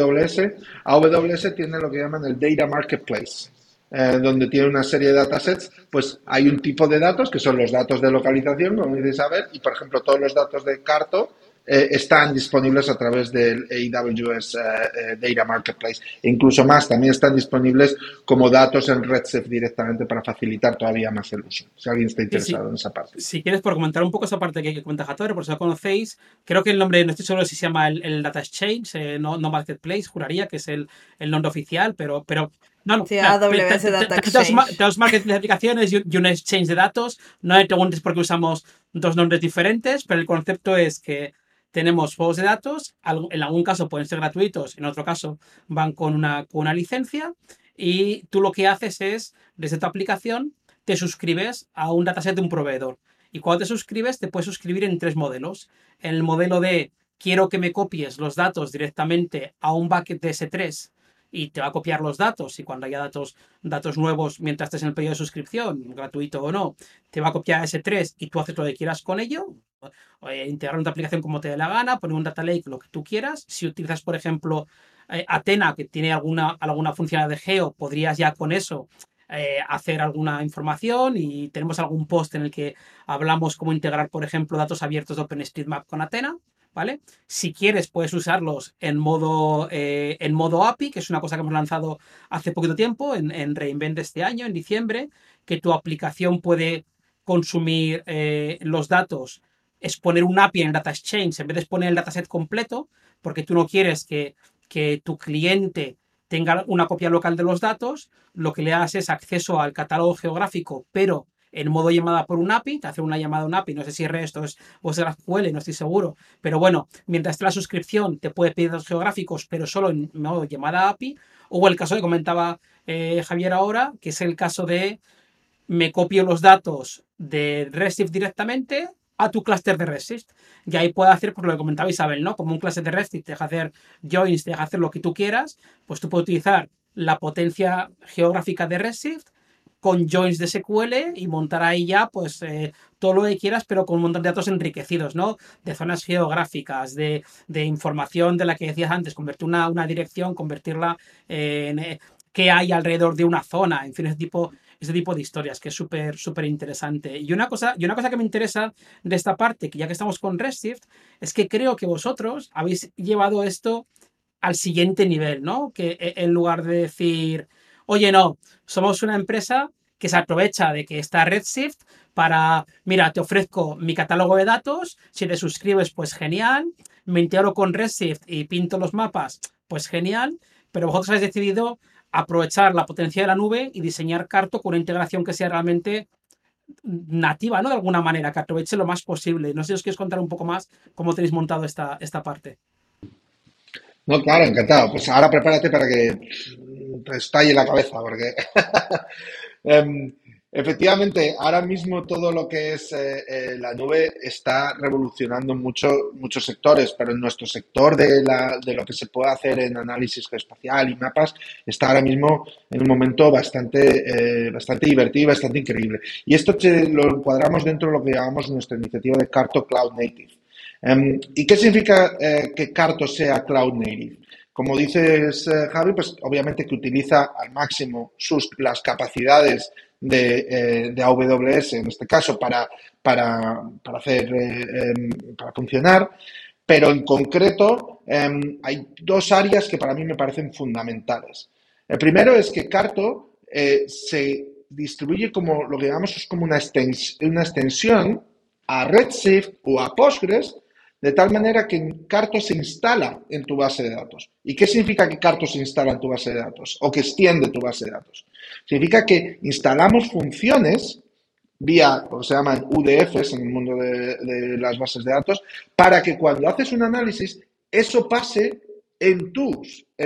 AWS tiene lo que llaman el Data Marketplace, donde tiene una serie de datasets. Pues hay un tipo de datos que son los datos de localización, como dice Isabel, y, por ejemplo, todos los datos de Carto están disponibles a través del AWS Data Marketplace. E incluso más, también están disponibles como datos en Redshift directamente para facilitar todavía más el uso, si alguien está interesado en esa parte. Si quieres, por comentar un poco esa parte que comenta Jator, por si lo conocéis, creo que el nombre, no estoy seguro si se llama el Data Exchange, no Marketplace, juraría que es el nombre oficial, pero no. Sí, AWS Data Exchange. Dos marketplace de aplicaciones y un exchange de datos. No me preguntes por qué usamos dos nombres diferentes, pero el concepto es que tenemos juegos de datos, en algún caso pueden ser gratuitos, en otro caso van con una licencia, y tú lo que haces es, desde tu aplicación, te suscribes a un dataset de un proveedor. Y cuando te suscribes, te puedes suscribir en 3 modelos. En el modelo de quiero que me copies los datos directamente a un bucket de S3 y te va a copiar los datos, y cuando haya datos nuevos mientras estés en el periodo de suscripción, gratuito o no, te va a copiar S3 y tú haces lo que quieras con ello. Integrar una aplicación como te dé la gana, poner un data lake, lo que tú quieras. Si utilizas, por ejemplo, Athena, que tiene alguna funcionalidad de geo, podrías ya con eso hacer alguna información y tenemos algún post en el que hablamos cómo integrar, por ejemplo, datos abiertos de OpenStreetMap con Athena, ¿vale? Si quieres, puedes usarlos en modo API, que es una cosa que hemos lanzado hace poquito tiempo, en reInvent este año, en diciembre, que tu aplicación puede consumir los datos, es poner un API en el Data Exchange en vez de poner el dataset completo, porque tú no quieres que tu cliente tenga una copia local de los datos, lo que le das es acceso al catálogo geográfico, pero en modo llamada por un API, te hace una llamada a un API, no sé si REST o es GraphQL, no estoy seguro, pero bueno, mientras esté la suscripción te puede pedir datos geográficos, pero solo en modo llamada API, o el caso que comentaba Javier ahora, que es el caso de me copio los datos de Redshift directamente a tu clúster de Redshift. Y ahí puede hacer, pues lo que comentaba Isabel, ¿no? Como un clúster de Redshift te deja hacer joins, te deja hacer lo que tú quieras, pues tú puedes utilizar la potencia geográfica de Redshift con joins de SQL y montar ahí ya pues todo lo que quieras, pero con un montón de datos enriquecidos, ¿no? De zonas geográficas, de información de la que decías antes, convertir una dirección, convertirla en qué hay alrededor de una zona, en fin, ese tipo de historias que es súper interesante. Y una cosa que me interesa de esta parte, que ya que estamos con Redshift, es que creo que vosotros habéis llevado esto al siguiente nivel, ¿no? Que en lugar de decir, oye, no, somos una empresa que se aprovecha de que está Redshift para, mira, te ofrezco mi catálogo de datos, si te suscribes, pues genial, me integro con Redshift y pinto los mapas, pues genial, pero vosotros habéis decidido aprovechar la potencia de la nube y diseñar Carto con una integración que sea realmente nativa, ¿no? De alguna manera, que aproveche lo más posible. No sé si os queréis contar un poco más cómo tenéis montado esta parte. No, claro, encantado. Pues ahora prepárate para que te estalle la cabeza, porque efectivamente, ahora mismo todo lo que es la nube está revolucionando muchos sectores, pero en nuestro sector de lo que se puede hacer en análisis geoespacial y mapas está ahora mismo en un momento bastante divertido y bastante increíble. Y esto lo encuadramos dentro de lo que llamamos nuestra iniciativa de Carto Cloud Native. ¿Y qué significa que Carto sea Cloud Native? Como dices, Javi, pues obviamente que utiliza al máximo las capacidades de AWS, en este caso, para funcionar, pero en concreto hay dos áreas que para mí me parecen fundamentales. El primero es que Carto se distribuye como lo que llamamos es como una extensión a Redshift o a Postgres, de tal manera que Carto se instala en tu base de datos. ¿Y qué significa que Carto se instala en tu base de datos? O que extiende tu base de datos. Significa que instalamos funciones vía, lo que se llaman UDFs en el mundo de las bases de datos, para que cuando haces un análisis, eso pase en tu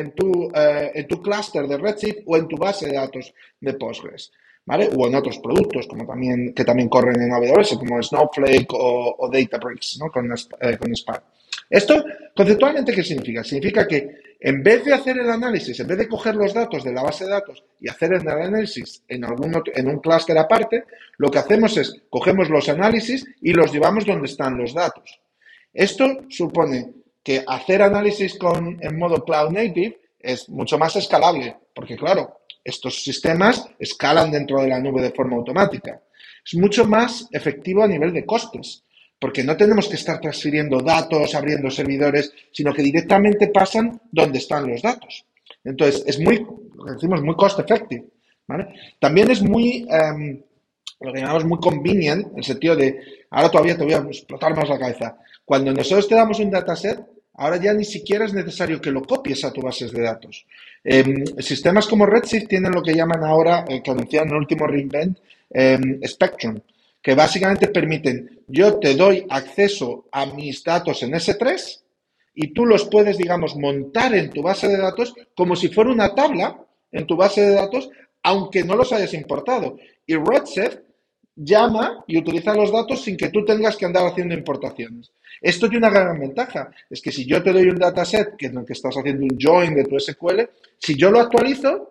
clúster de Redshift o en tu base de datos de Postgres. ¿Vale? O en otros productos que también corren en AWS, como Snowflake o Databricks, ¿no? con Spark. ¿Esto conceptualmente qué significa? Significa que en vez de hacer el análisis, en vez de coger los datos de la base de datos y hacer el análisis en un clúster aparte, lo que hacemos es cogemos los análisis y los llevamos donde están los datos. Esto supone que hacer análisis en modo Cloud Native es mucho más escalable, porque claro, estos sistemas escalan dentro de la nube de forma automática. Es mucho más efectivo a nivel de costes, porque no tenemos que estar transfiriendo datos, abriendo servidores, sino que directamente pasan donde están los datos. Entonces, es muy cost effective, ¿vale? También es lo que llamamos muy convenient, en el sentido de, ahora todavía te voy a explotar más la cabeza. Cuando nosotros te damos un dataset, ahora ya ni siquiera es necesario que lo copies a tus bases de datos. Sistemas como Redshift tienen lo que llaman ahora, que anunciaron en el último reInvent, Spectrum, que básicamente permiten, yo te doy acceso a mis datos en S3 y tú los puedes, digamos, montar en tu base de datos como si fuera una tabla en tu base de datos, aunque no los hayas importado. Y Redshift llama y utiliza los datos sin que tú tengas que andar haciendo importaciones. Esto tiene una gran ventaja, es que si yo te doy un dataset en el que estás haciendo un join de tu SQL, si yo lo actualizo,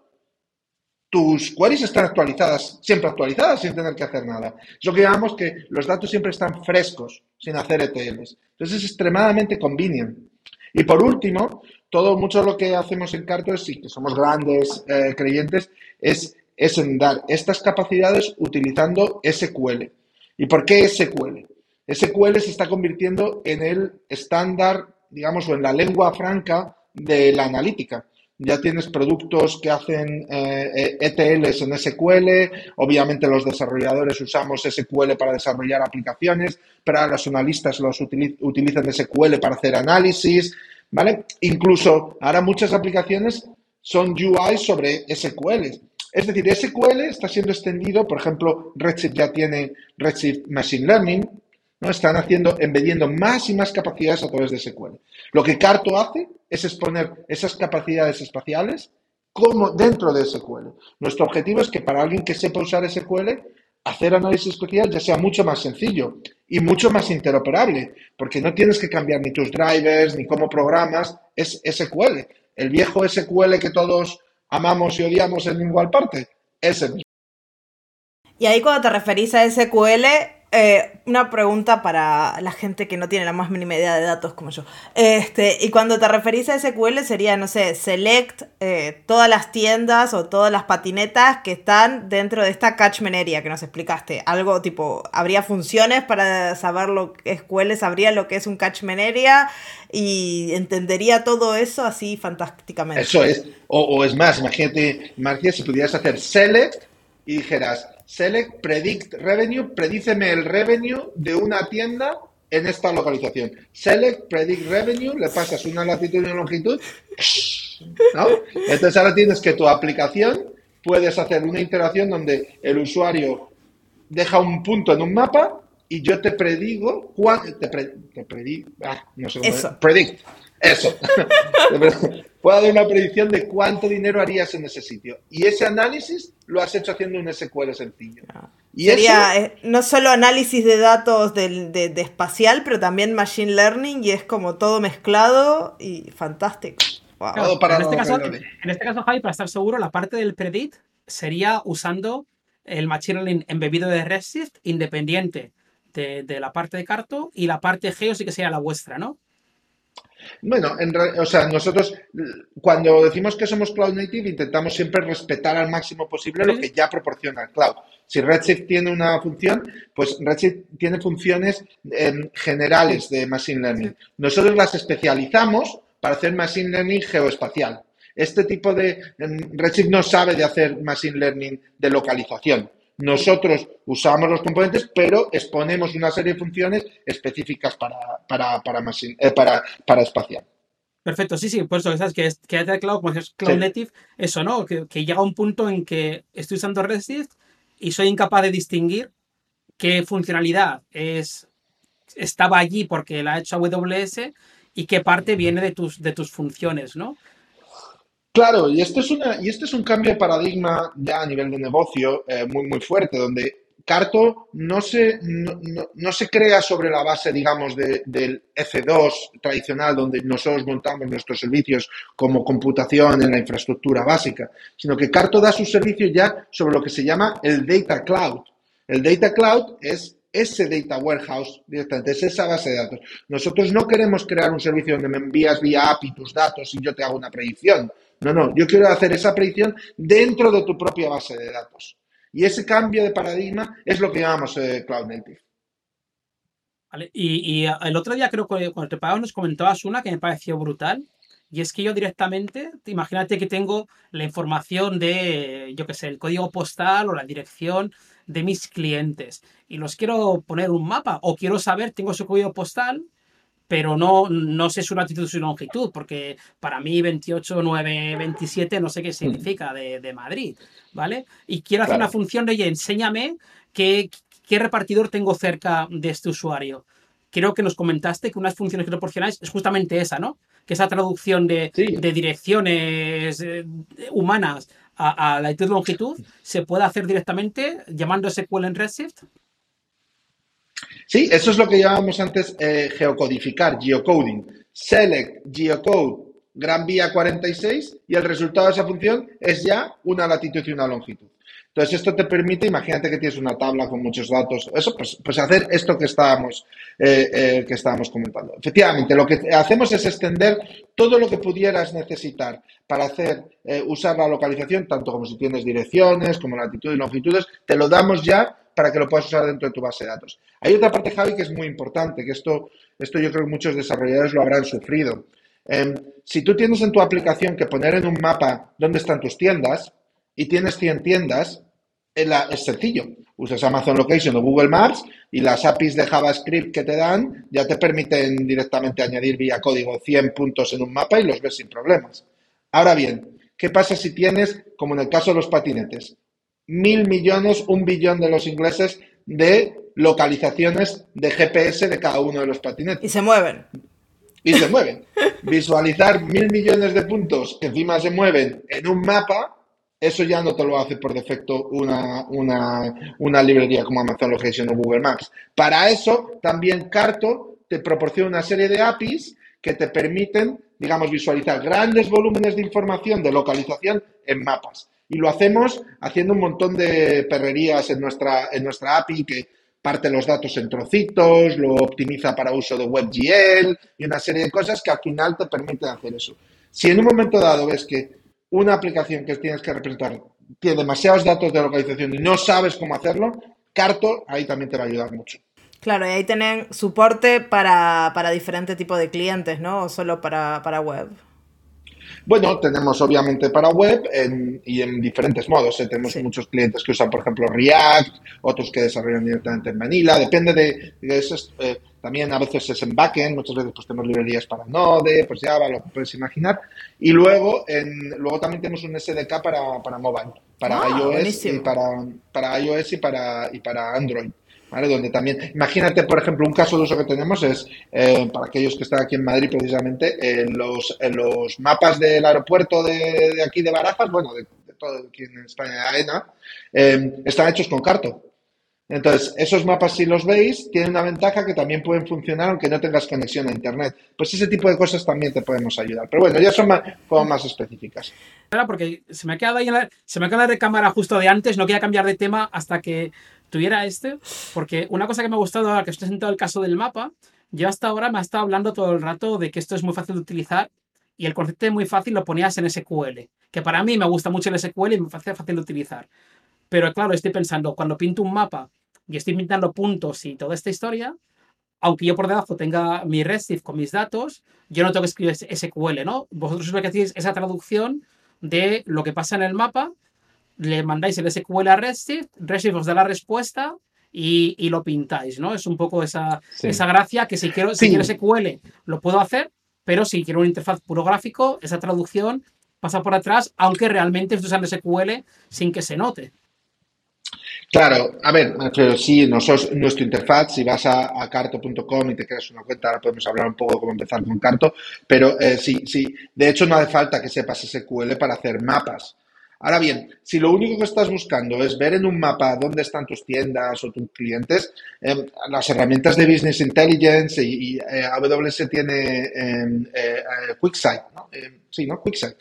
tus queries están siempre actualizadas, sin tener que hacer nada. Es lo que llamamos que los datos siempre están frescos, sin hacer ETLs. Entonces es extremadamente convenient. Y por último, mucho de lo que hacemos en Carto, y que somos grandes creyentes, es es en dar estas capacidades utilizando SQL. ¿Y por qué SQL? SQL se está convirtiendo en el estándar, digamos, o en la lengua franca de la analítica. Ya tienes productos que hacen ETLs en SQL, obviamente los desarrolladores usamos SQL para desarrollar aplicaciones, pero los analistas utilizan SQL para hacer análisis, ¿vale? Incluso ahora muchas aplicaciones son UI sobre SQL. Es decir, SQL está siendo extendido, por ejemplo, Redshift ya tiene Redshift Machine Learning, ¿no? Están embediendo más y más capacidades a través de SQL. Lo que Carto hace es exponer esas capacidades espaciales como dentro de SQL. Nuestro objetivo es que para alguien que sepa usar SQL, hacer análisis espacial ya sea mucho más sencillo y mucho más interoperable, porque no tienes que cambiar ni tus drivers, ni cómo programas, es SQL. El viejo SQL que todos amamos y odiamos en igual parte, ese mismo. Y ahí cuando te referís a SQL, una pregunta para la gente que no tiene la más mínima idea de datos como yo. Y cuando te referís a SQL sería, no sé, select todas las tiendas o todas las patinetas que están dentro de esta catchment area que nos explicaste. Algo tipo, ¿habría funciones para saber lo que SQL sabría lo que es un catchment area y entendería todo eso así fantásticamente? Eso es. O es más, imagínate, Marcia, si pudieras hacer select y dijeras select, predict revenue, predíceme el revenue de una tienda en esta localización. Select, predict revenue, le pasas una latitud y una longitud, ¿no? Entonces ahora tienes que tu aplicación puedes hacer una interacción donde el usuario deja un punto en un mapa y yo te predigo, no sé cómo Eso. Predict. Eso. Puedo dar una predicción de cuánto dinero harías en ese sitio. Y ese análisis lo has hecho haciendo un SQL sencillo. Y sería eso, no solo análisis de datos de espacial, pero también machine learning y es como todo mezclado y fantástico. Wow. Claro, en este caso, Javi, para estar seguro, la parte del predict sería usando el machine learning embebido de Redshift independiente de la parte de Carto y la parte Geo sí que sería la vuestra, ¿no? Bueno, o sea, nosotros cuando decimos que somos Cloud Native intentamos siempre respetar al máximo posible lo que ya proporciona el Cloud. Si Redshift tiene una función, pues Redshift tiene funciones generales de Machine Learning. Nosotros las especializamos para hacer Machine Learning geoespacial. Este tipo de Redshift no sabe de hacer Machine Learning de localización. Nosotros usamos los componentes, pero exponemos una serie de funciones específicas para espacial. Perfecto, sí, por eso sabes que es Cloud, como es Cloud Native, eso, ¿no? Que llega un punto en que estoy usando Redshift y soy incapaz de distinguir qué funcionalidad estaba allí porque la ha hecho AWS y qué parte viene de tus funciones, ¿no? Claro, y esto es un cambio de paradigma ya a nivel de negocio muy, muy fuerte, donde Carto no se crea sobre la base, digamos, del F2 tradicional, donde nosotros montamos nuestros servicios como computación en la infraestructura básica, sino que Carto da sus servicios ya sobre lo que se llama el Data Cloud. El Data Cloud es ese data warehouse directamente, es esa base de datos. Nosotros no queremos crear un servicio donde me envías vía API tus datos y yo te hago una predicción. No, yo quiero hacer esa predicción dentro de tu propia base de datos. Y ese cambio de paradigma es lo que llamamos Cloud Native. Vale. Y el otro día creo que cuando te pagamos nos comentabas una que me pareció brutal. Y es que yo directamente, imagínate que tengo la información de, yo qué sé, el código postal o la dirección de mis clientes y los quiero poner un mapa o quiero saber, tengo su código postal, pero no sé su latitud y su longitud, porque para mí 28,927 no sé qué significa de Madrid, ¿vale? Y quiero hacer una función de, oye, enséñame qué repartidor tengo cerca de este usuario. Creo que nos comentaste que unas funciones que proporcionáis es justamente esa, ¿no? Que esa traducción de direcciones humanas a latitud y longitud se puede hacer directamente llamando SQL en Redshift. Sí, eso es lo que llamábamos antes geocodificar, geocoding. Select, geocode, Gran Vía 46 y el resultado de esa función es ya una latitud y una longitud. Entonces, esto te permite, imagínate que tienes una tabla con muchos datos, eso, pues hacer esto que estábamos comentando. Efectivamente, lo que hacemos es extender todo lo que pudieras necesitar para usar la localización, tanto como si tienes direcciones, como latitud y longitudes, te lo damos ya para que lo puedas usar dentro de tu base de datos. Hay otra parte, Javi, que es muy importante, que esto yo creo que muchos desarrolladores lo habrán sufrido. Si tú tienes en tu aplicación que poner en un mapa dónde están tus tiendas, y tienes 100 tiendas, es sencillo. Usas Amazon Location o Google Maps y las APIs de JavaScript que te dan ya te permiten directamente añadir vía código 100 puntos en un mapa y los ves sin problemas. Ahora bien, ¿qué pasa si tienes, como en el caso de los patinetes, 1.000 millones, 1 billón de los ingleses de localizaciones de GPS de cada uno de los patinetes? Y se mueven. Visualizar 1.000 millones de puntos que encima se mueven en un mapa, eso ya no te lo hace por defecto una librería como Amazon Location o Google Maps. Para eso, también Carto te proporciona una serie de APIs que te permiten, digamos, visualizar grandes volúmenes de información de localización en mapas. Y lo hacemos haciendo un montón de perrerías en nuestra API que parte los datos en trocitos, lo optimiza para uso de WebGL y una serie de cosas que al final te permiten hacer eso. Si en un momento dado ves que una aplicación que tienes que representar tiene demasiados datos de localización y no sabes cómo hacerlo, Carto ahí también te va a ayudar mucho. Claro, y ahí tienen soporte para diferentes tipos de clientes, ¿no? O solo para web. Bueno, tenemos obviamente para web y en diferentes modos. Tenemos muchos clientes que usan, por ejemplo, React, otros que desarrollan directamente en Vanilla. Depende de eso. También a veces es en backend, muchas veces pues tenemos librerías para Node, pues Java, lo puedes imaginar. Y luego también tenemos un SDK para mobile, para iOS y para iOS y para Android. ¿Vale? Donde también, imagínate, por ejemplo, un caso de uso que tenemos es, para aquellos que están aquí en Madrid precisamente, los mapas del aeropuerto de aquí de Barajas, bueno, de todo aquí en España, de AENA, están hechos con Carto. Entonces, esos mapas, si los veis, tienen una ventaja que también pueden funcionar aunque no tengas conexión a Internet. Pues ese tipo de cosas también te podemos ayudar. Pero bueno, ya son más específicas. Claro, porque se me ha quedado la recámara justo de antes, no quería cambiar de tema hasta que tuviera porque una cosa que me ha gustado ahora que os he presentado el caso del mapa, yo hasta ahora me ha estado hablando todo el rato de que esto es muy fácil de utilizar y el concepto de muy fácil lo ponías en SQL, que para mí me gusta mucho el SQL y me parece fácil de utilizar. Pero claro, estoy pensando, cuando pinto un mapa y estoy pintando puntos y toda esta historia, aunque yo por debajo tenga mi Redshift con mis datos, yo no tengo que escribir SQL, ¿no? Vosotros lo que hacéis esa traducción de lo que pasa en el mapa, le mandáis el SQL a Redshift os da la respuesta y lo pintáis, ¿no? Es un poco esa gracia que si quiero SQL lo puedo hacer, pero si quiero una interfaz puro gráfico, esa traducción pasa por atrás, aunque realmente estoy usando SQL sin que se note. Claro, a ver, pero sí, nuestra interfaz, si vas a carto.com y te creas una cuenta, ahora podemos hablar un poco de cómo empezar con Carto, pero sí, de hecho no hace falta que sepas SQL para hacer mapas. Ahora bien, si lo único que estás buscando es ver en un mapa dónde están tus tiendas o tus clientes, las herramientas de Business Intelligence y AWS tiene QuickSight, ¿no? Sí, ¿no? QuickSight.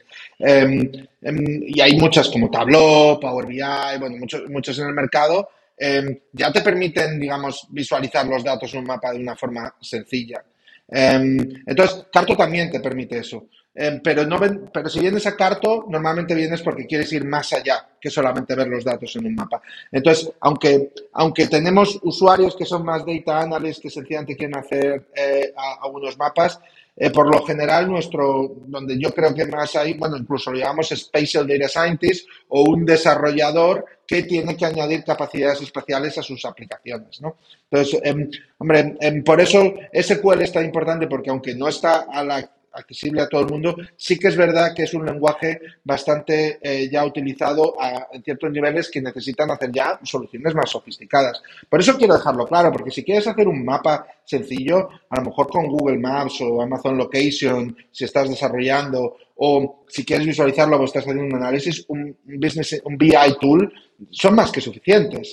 Y hay muchas como Tableau, Power BI, bueno, muchos en el mercado, ya te permiten, digamos, visualizar los datos en un mapa de una forma sencilla. Entonces, Carto también te permite eso. Pero si vienes a Carto, normalmente vienes porque quieres ir más allá que solamente ver los datos en un mapa. Entonces, aunque tenemos usuarios que son más data analysts, que sencillamente quieren hacer algunos mapas, por lo general donde yo creo que más hay, bueno, incluso lo llamamos Spatial Data Scientist o un desarrollador que tiene que añadir capacidades espaciales a sus aplicaciones, ¿no? Entonces, por eso SQL es tan importante porque aunque no está accesible a todo el mundo, sí que es verdad que es un lenguaje bastante ya utilizado en ciertos niveles que necesitan hacer ya soluciones más sofisticadas. Por eso quiero dejarlo claro, porque si quieres hacer un mapa sencillo, a lo mejor con Google Maps o Amazon Location, si estás desarrollando, o si quieres visualizarlo o estás haciendo un análisis, un BI tool, son más que suficientes.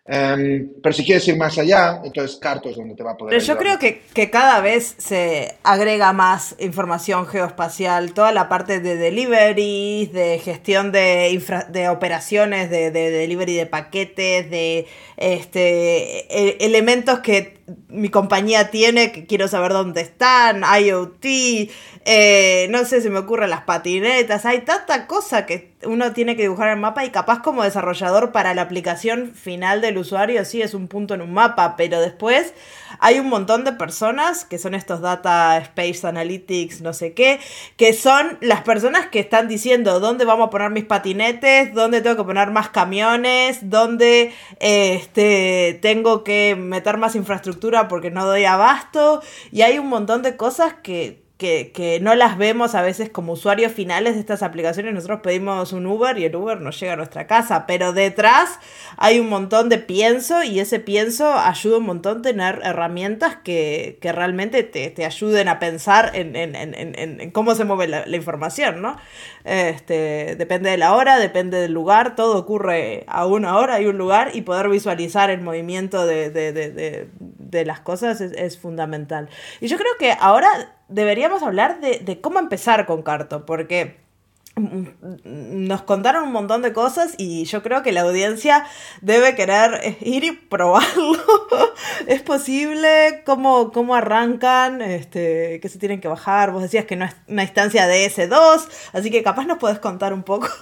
Pero si quieres ir más allá, entonces Carto es donde te va a poder Pero yo ayudar. creo que cada vez se agrega más información geoespacial, toda la parte de deliveries, de gestión de operaciones, de delivery de paquetes, de elementos que mi compañía tiene, que quiero saber dónde están, IoT, no sé, se me ocurren las patinetas, hay tanta cosa que uno tiene que dibujar en el mapa y capaz como desarrollador para la aplicación final del usuario sí es un punto en un mapa, pero después hay un montón de personas que son estos Data Space Analytics, no sé qué, que son las personas que están diciendo dónde vamos a poner mis patinetes, dónde tengo que poner más camiones, dónde tengo que meter más infraestructura porque no doy abasto, y hay un montón de cosas que no las vemos a veces como usuarios finales de estas aplicaciones. Nosotros pedimos un Uber y el Uber nos llega a nuestra casa, pero detrás hay un montón de pienso y ese pienso ayuda un montón a tener herramientas que realmente te ayuden a pensar en cómo se mueve la información, ¿no? Depende de la hora, depende del lugar, todo ocurre a una hora y un lugar, y poder visualizar el movimiento de las cosas es fundamental. Y yo creo que ahora deberíamos hablar de cómo empezar con Carto, porque nos contaron un montón de cosas y yo creo que la audiencia debe querer ir y probarlo. ¿Es posible? ¿Cómo arrancan? ¿Qué se tienen que bajar? Vos decías que no es una instancia de S2, así que capaz nos podés contar un poco.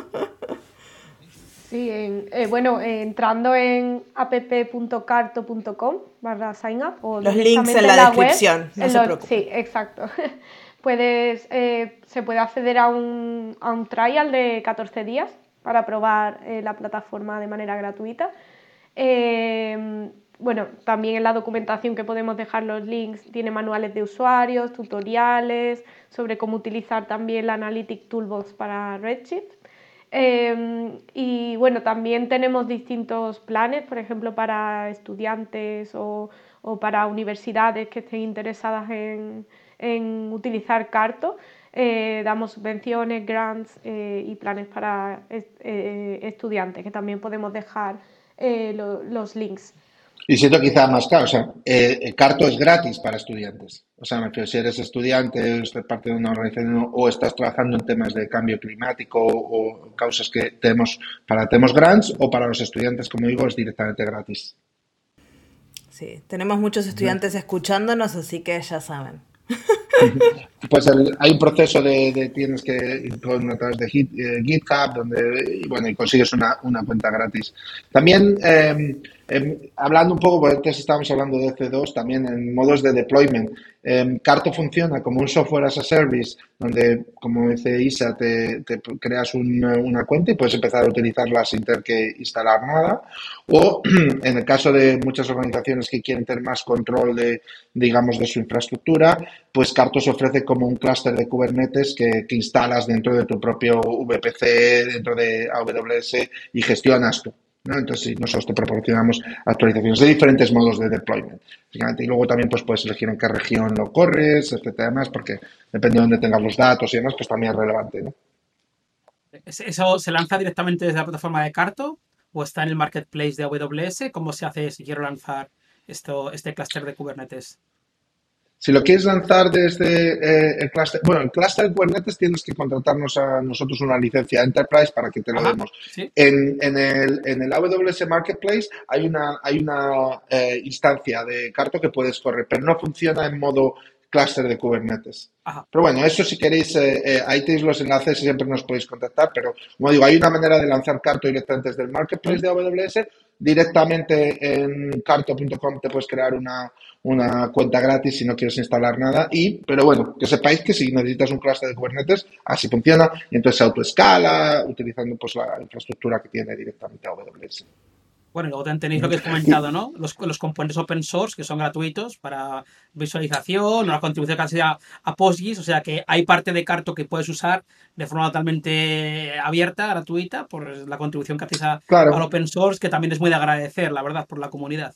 Sí, entrando en app.carto.com/signup o los links en la descripción, web, no se preocupen. Sí, exacto. Se puede acceder a un trial de 14 días para probar la plataforma de manera gratuita. También en la documentación que podemos dejar los links tiene manuales de usuarios, tutoriales sobre cómo utilizar también la Analytic Toolbox para Redshift. También tenemos distintos planes, por ejemplo, para estudiantes o para universidades que estén interesadas en utilizar Carto. Damos subvenciones, grants y planes para estudiantes, que también podemos dejar los links. Y siento quizá más claro, o sea, Carto es gratis para estudiantes. O sea, me refiero, si eres estudiante, estás parte de una organización o estás trabajando en temas de cambio climático o causas que tenemos grants, o para los estudiantes, como digo, es directamente gratis. Sí, tenemos muchos estudiantes escuchándonos, así que ya saben. Pues hay un proceso tienes que ir a través de GitHub y consigues una cuenta gratis. También hablando un poco, porque antes estábamos hablando de C2, también en modos de deployment. Carto funciona como un software as a service, donde, como dice Isa, te creas una cuenta y puedes empezar a utilizarla sin tener que instalar nada. O en el caso de muchas organizaciones que quieren tener más control de su infraestructura, pues Carto se ofrece como un clúster de Kubernetes que instalas dentro de tu propio VPC, dentro de AWS, y gestionas tú, ¿no? Entonces, nosotros te proporcionamos actualizaciones de diferentes modos de deployment. Y luego también pues puedes elegir en qué región lo corres, etcétera, demás, porque depende de dónde tengas los datos y demás, pues también es relevante, ¿no? ¿Eso se lanza directamente desde la plataforma de Carto o está en el marketplace de AWS? ¿Cómo se hace si quiero lanzar este clúster de Kubernetes? Si lo quieres lanzar desde el clúster, el clúster de Kubernetes tienes que contratarnos a nosotros una licencia Enterprise para que te lo demos. ¿Sí? En el AWS Marketplace hay una instancia de Carto que puedes correr, pero no funciona en modo clúster de Kubernetes. Ajá. Pero bueno, eso si queréis, ahí tenéis los enlaces y siempre nos podéis contactar, pero como digo, hay una manera de lanzar Carto directamente desde el Marketplace de AWS. Directamente en carto.com te puedes crear una cuenta gratis si no quieres instalar nada, pero bueno, que sepáis que si necesitas un clúster de Kubernetes, así funciona, y entonces se autoescala utilizando pues la infraestructura que tiene directamente AWS. Bueno, luego también tenéis lo que he comentado, ¿no? Los componentes open source que son gratuitos para visualización, una contribución casi a PostGIS, o sea que hay parte de Carto que puedes usar de forma totalmente abierta, gratuita, por la contribución que hacéis al open source, que también es muy de agradecer, la verdad, por la comunidad.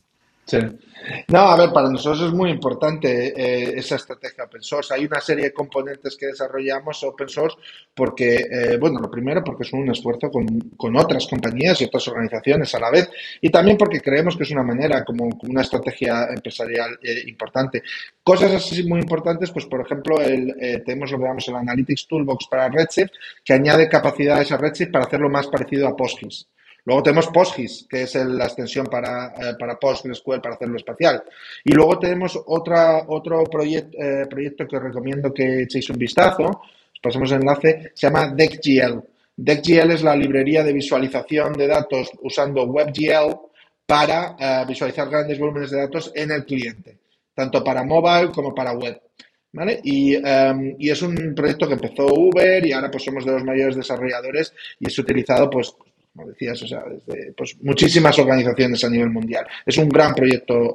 Sí. No, a ver, para nosotros es muy importante esa estrategia open source. Hay una serie de componentes que desarrollamos open source porque, bueno, lo primero porque es un esfuerzo con otras compañías y otras organizaciones a la vez, y también porque creemos que es una manera, como una estrategia empresarial importante. Cosas así muy importantes, pues por ejemplo, tenemos lo que llamamos el Analytics Toolbox para Redshift, que añade capacidades a Redshift para hacerlo más parecido a PostGIS. Luego tenemos PostGIS, que es la extensión para PostgreSQL para hacerlo espacial. Y luego tenemos otro proyecto que os recomiendo que echéis un vistazo. Os pasamos el enlace. Se llama DeckGL. DeckGL es la librería de visualización de datos usando WebGL para visualizar grandes volúmenes de datos en el cliente, tanto para mobile como para web. ¿Vale? Y es un proyecto que empezó Uber y ahora pues somos de los mayores desarrolladores y es utilizado pues como decías, o sea, desde pues, muchísimas organizaciones a nivel mundial. Es un gran proyecto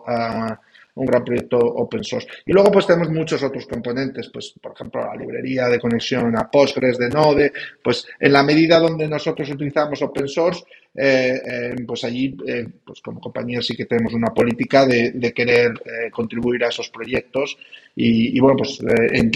open source. Y luego pues tenemos muchos otros componentes, pues por ejemplo la librería de conexión a Postgres de Node, pues en la medida donde nosotros utilizamos open source, pues allí pues como compañía sí que tenemos una política de querer contribuir a esos proyectos y bueno, pues en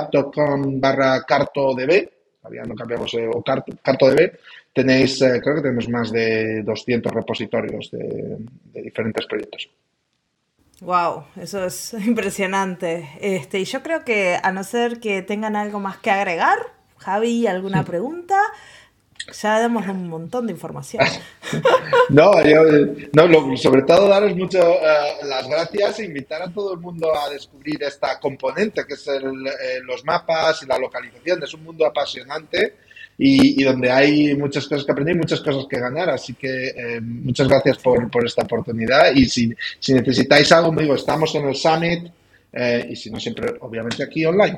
github.com/cartodb, no cambiamos, o CartoDB, tenéis, creo que tenemos más de 200 repositorios de diferentes proyectos. Wow, eso es impresionante. Y yo creo que a no ser que tengan algo más que agregar, Javi, ¿alguna pregunta? Ya damos un montón de información. No, sobre todo daros mucho las gracias e invitar a todo el mundo a descubrir esta componente que es los mapas y la localización. Es un mundo apasionante y donde hay muchas cosas que aprender y muchas cosas que ganar. Así que muchas gracias por esta oportunidad y si necesitáis algo, me digo, estamos en el Summit y si no, siempre obviamente aquí online.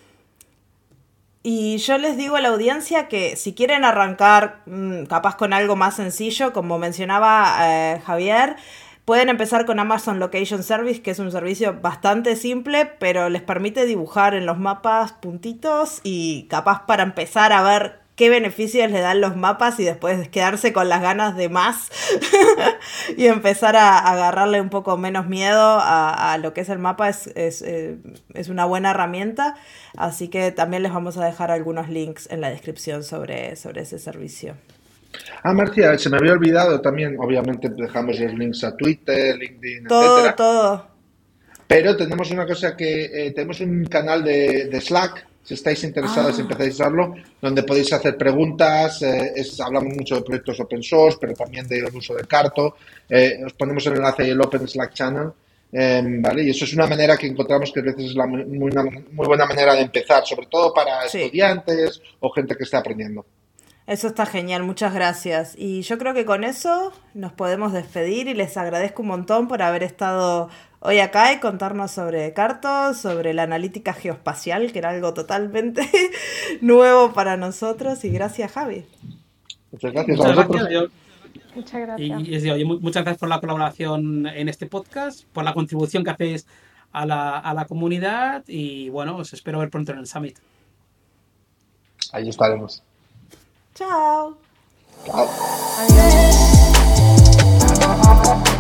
Y yo les digo a la audiencia que si quieren arrancar capaz con algo más sencillo, como mencionaba Javier, pueden empezar con Amazon Location Service, que es un servicio bastante simple, pero les permite dibujar en los mapas puntitos y capaz para empezar a ver qué beneficios le dan los mapas y después quedarse con las ganas de más y empezar a agarrarle un poco menos miedo a lo que es el mapa es una buena herramienta, así que también les vamos a dejar algunos links en la descripción sobre ese servicio. Marcia, se me había olvidado también, obviamente dejamos los links a Twitter, LinkedIn, etcétera. Todo. Pero tenemos una cosa que tenemos un canal de Slack. Si estáis interesados, empezáis a usarlo, donde podéis hacer preguntas. Hablamos mucho de proyectos open source, pero también del uso de Carto. Os ponemos el enlace y el Open Slack Channel. ¿Vale? Y eso es una manera que encontramos que a veces es una muy buena manera de empezar, sobre todo para estudiantes o gente que está aprendiendo. Eso está genial, muchas gracias. Y yo creo que con eso nos podemos despedir y les agradezco un montón por haber estado hoy acá y contarnos sobre Carto, sobre la analítica geoespacial, que era algo totalmente nuevo para nosotros. Y gracias, Javi. Muchas gracias a vosotros. Muchas gracias. Y oye, muchas gracias por la colaboración en este podcast, por la contribución que hacéis a la comunidad y bueno, os espero ver pronto en el Summit. Ahí estaremos. Chao. Chao. Adiós.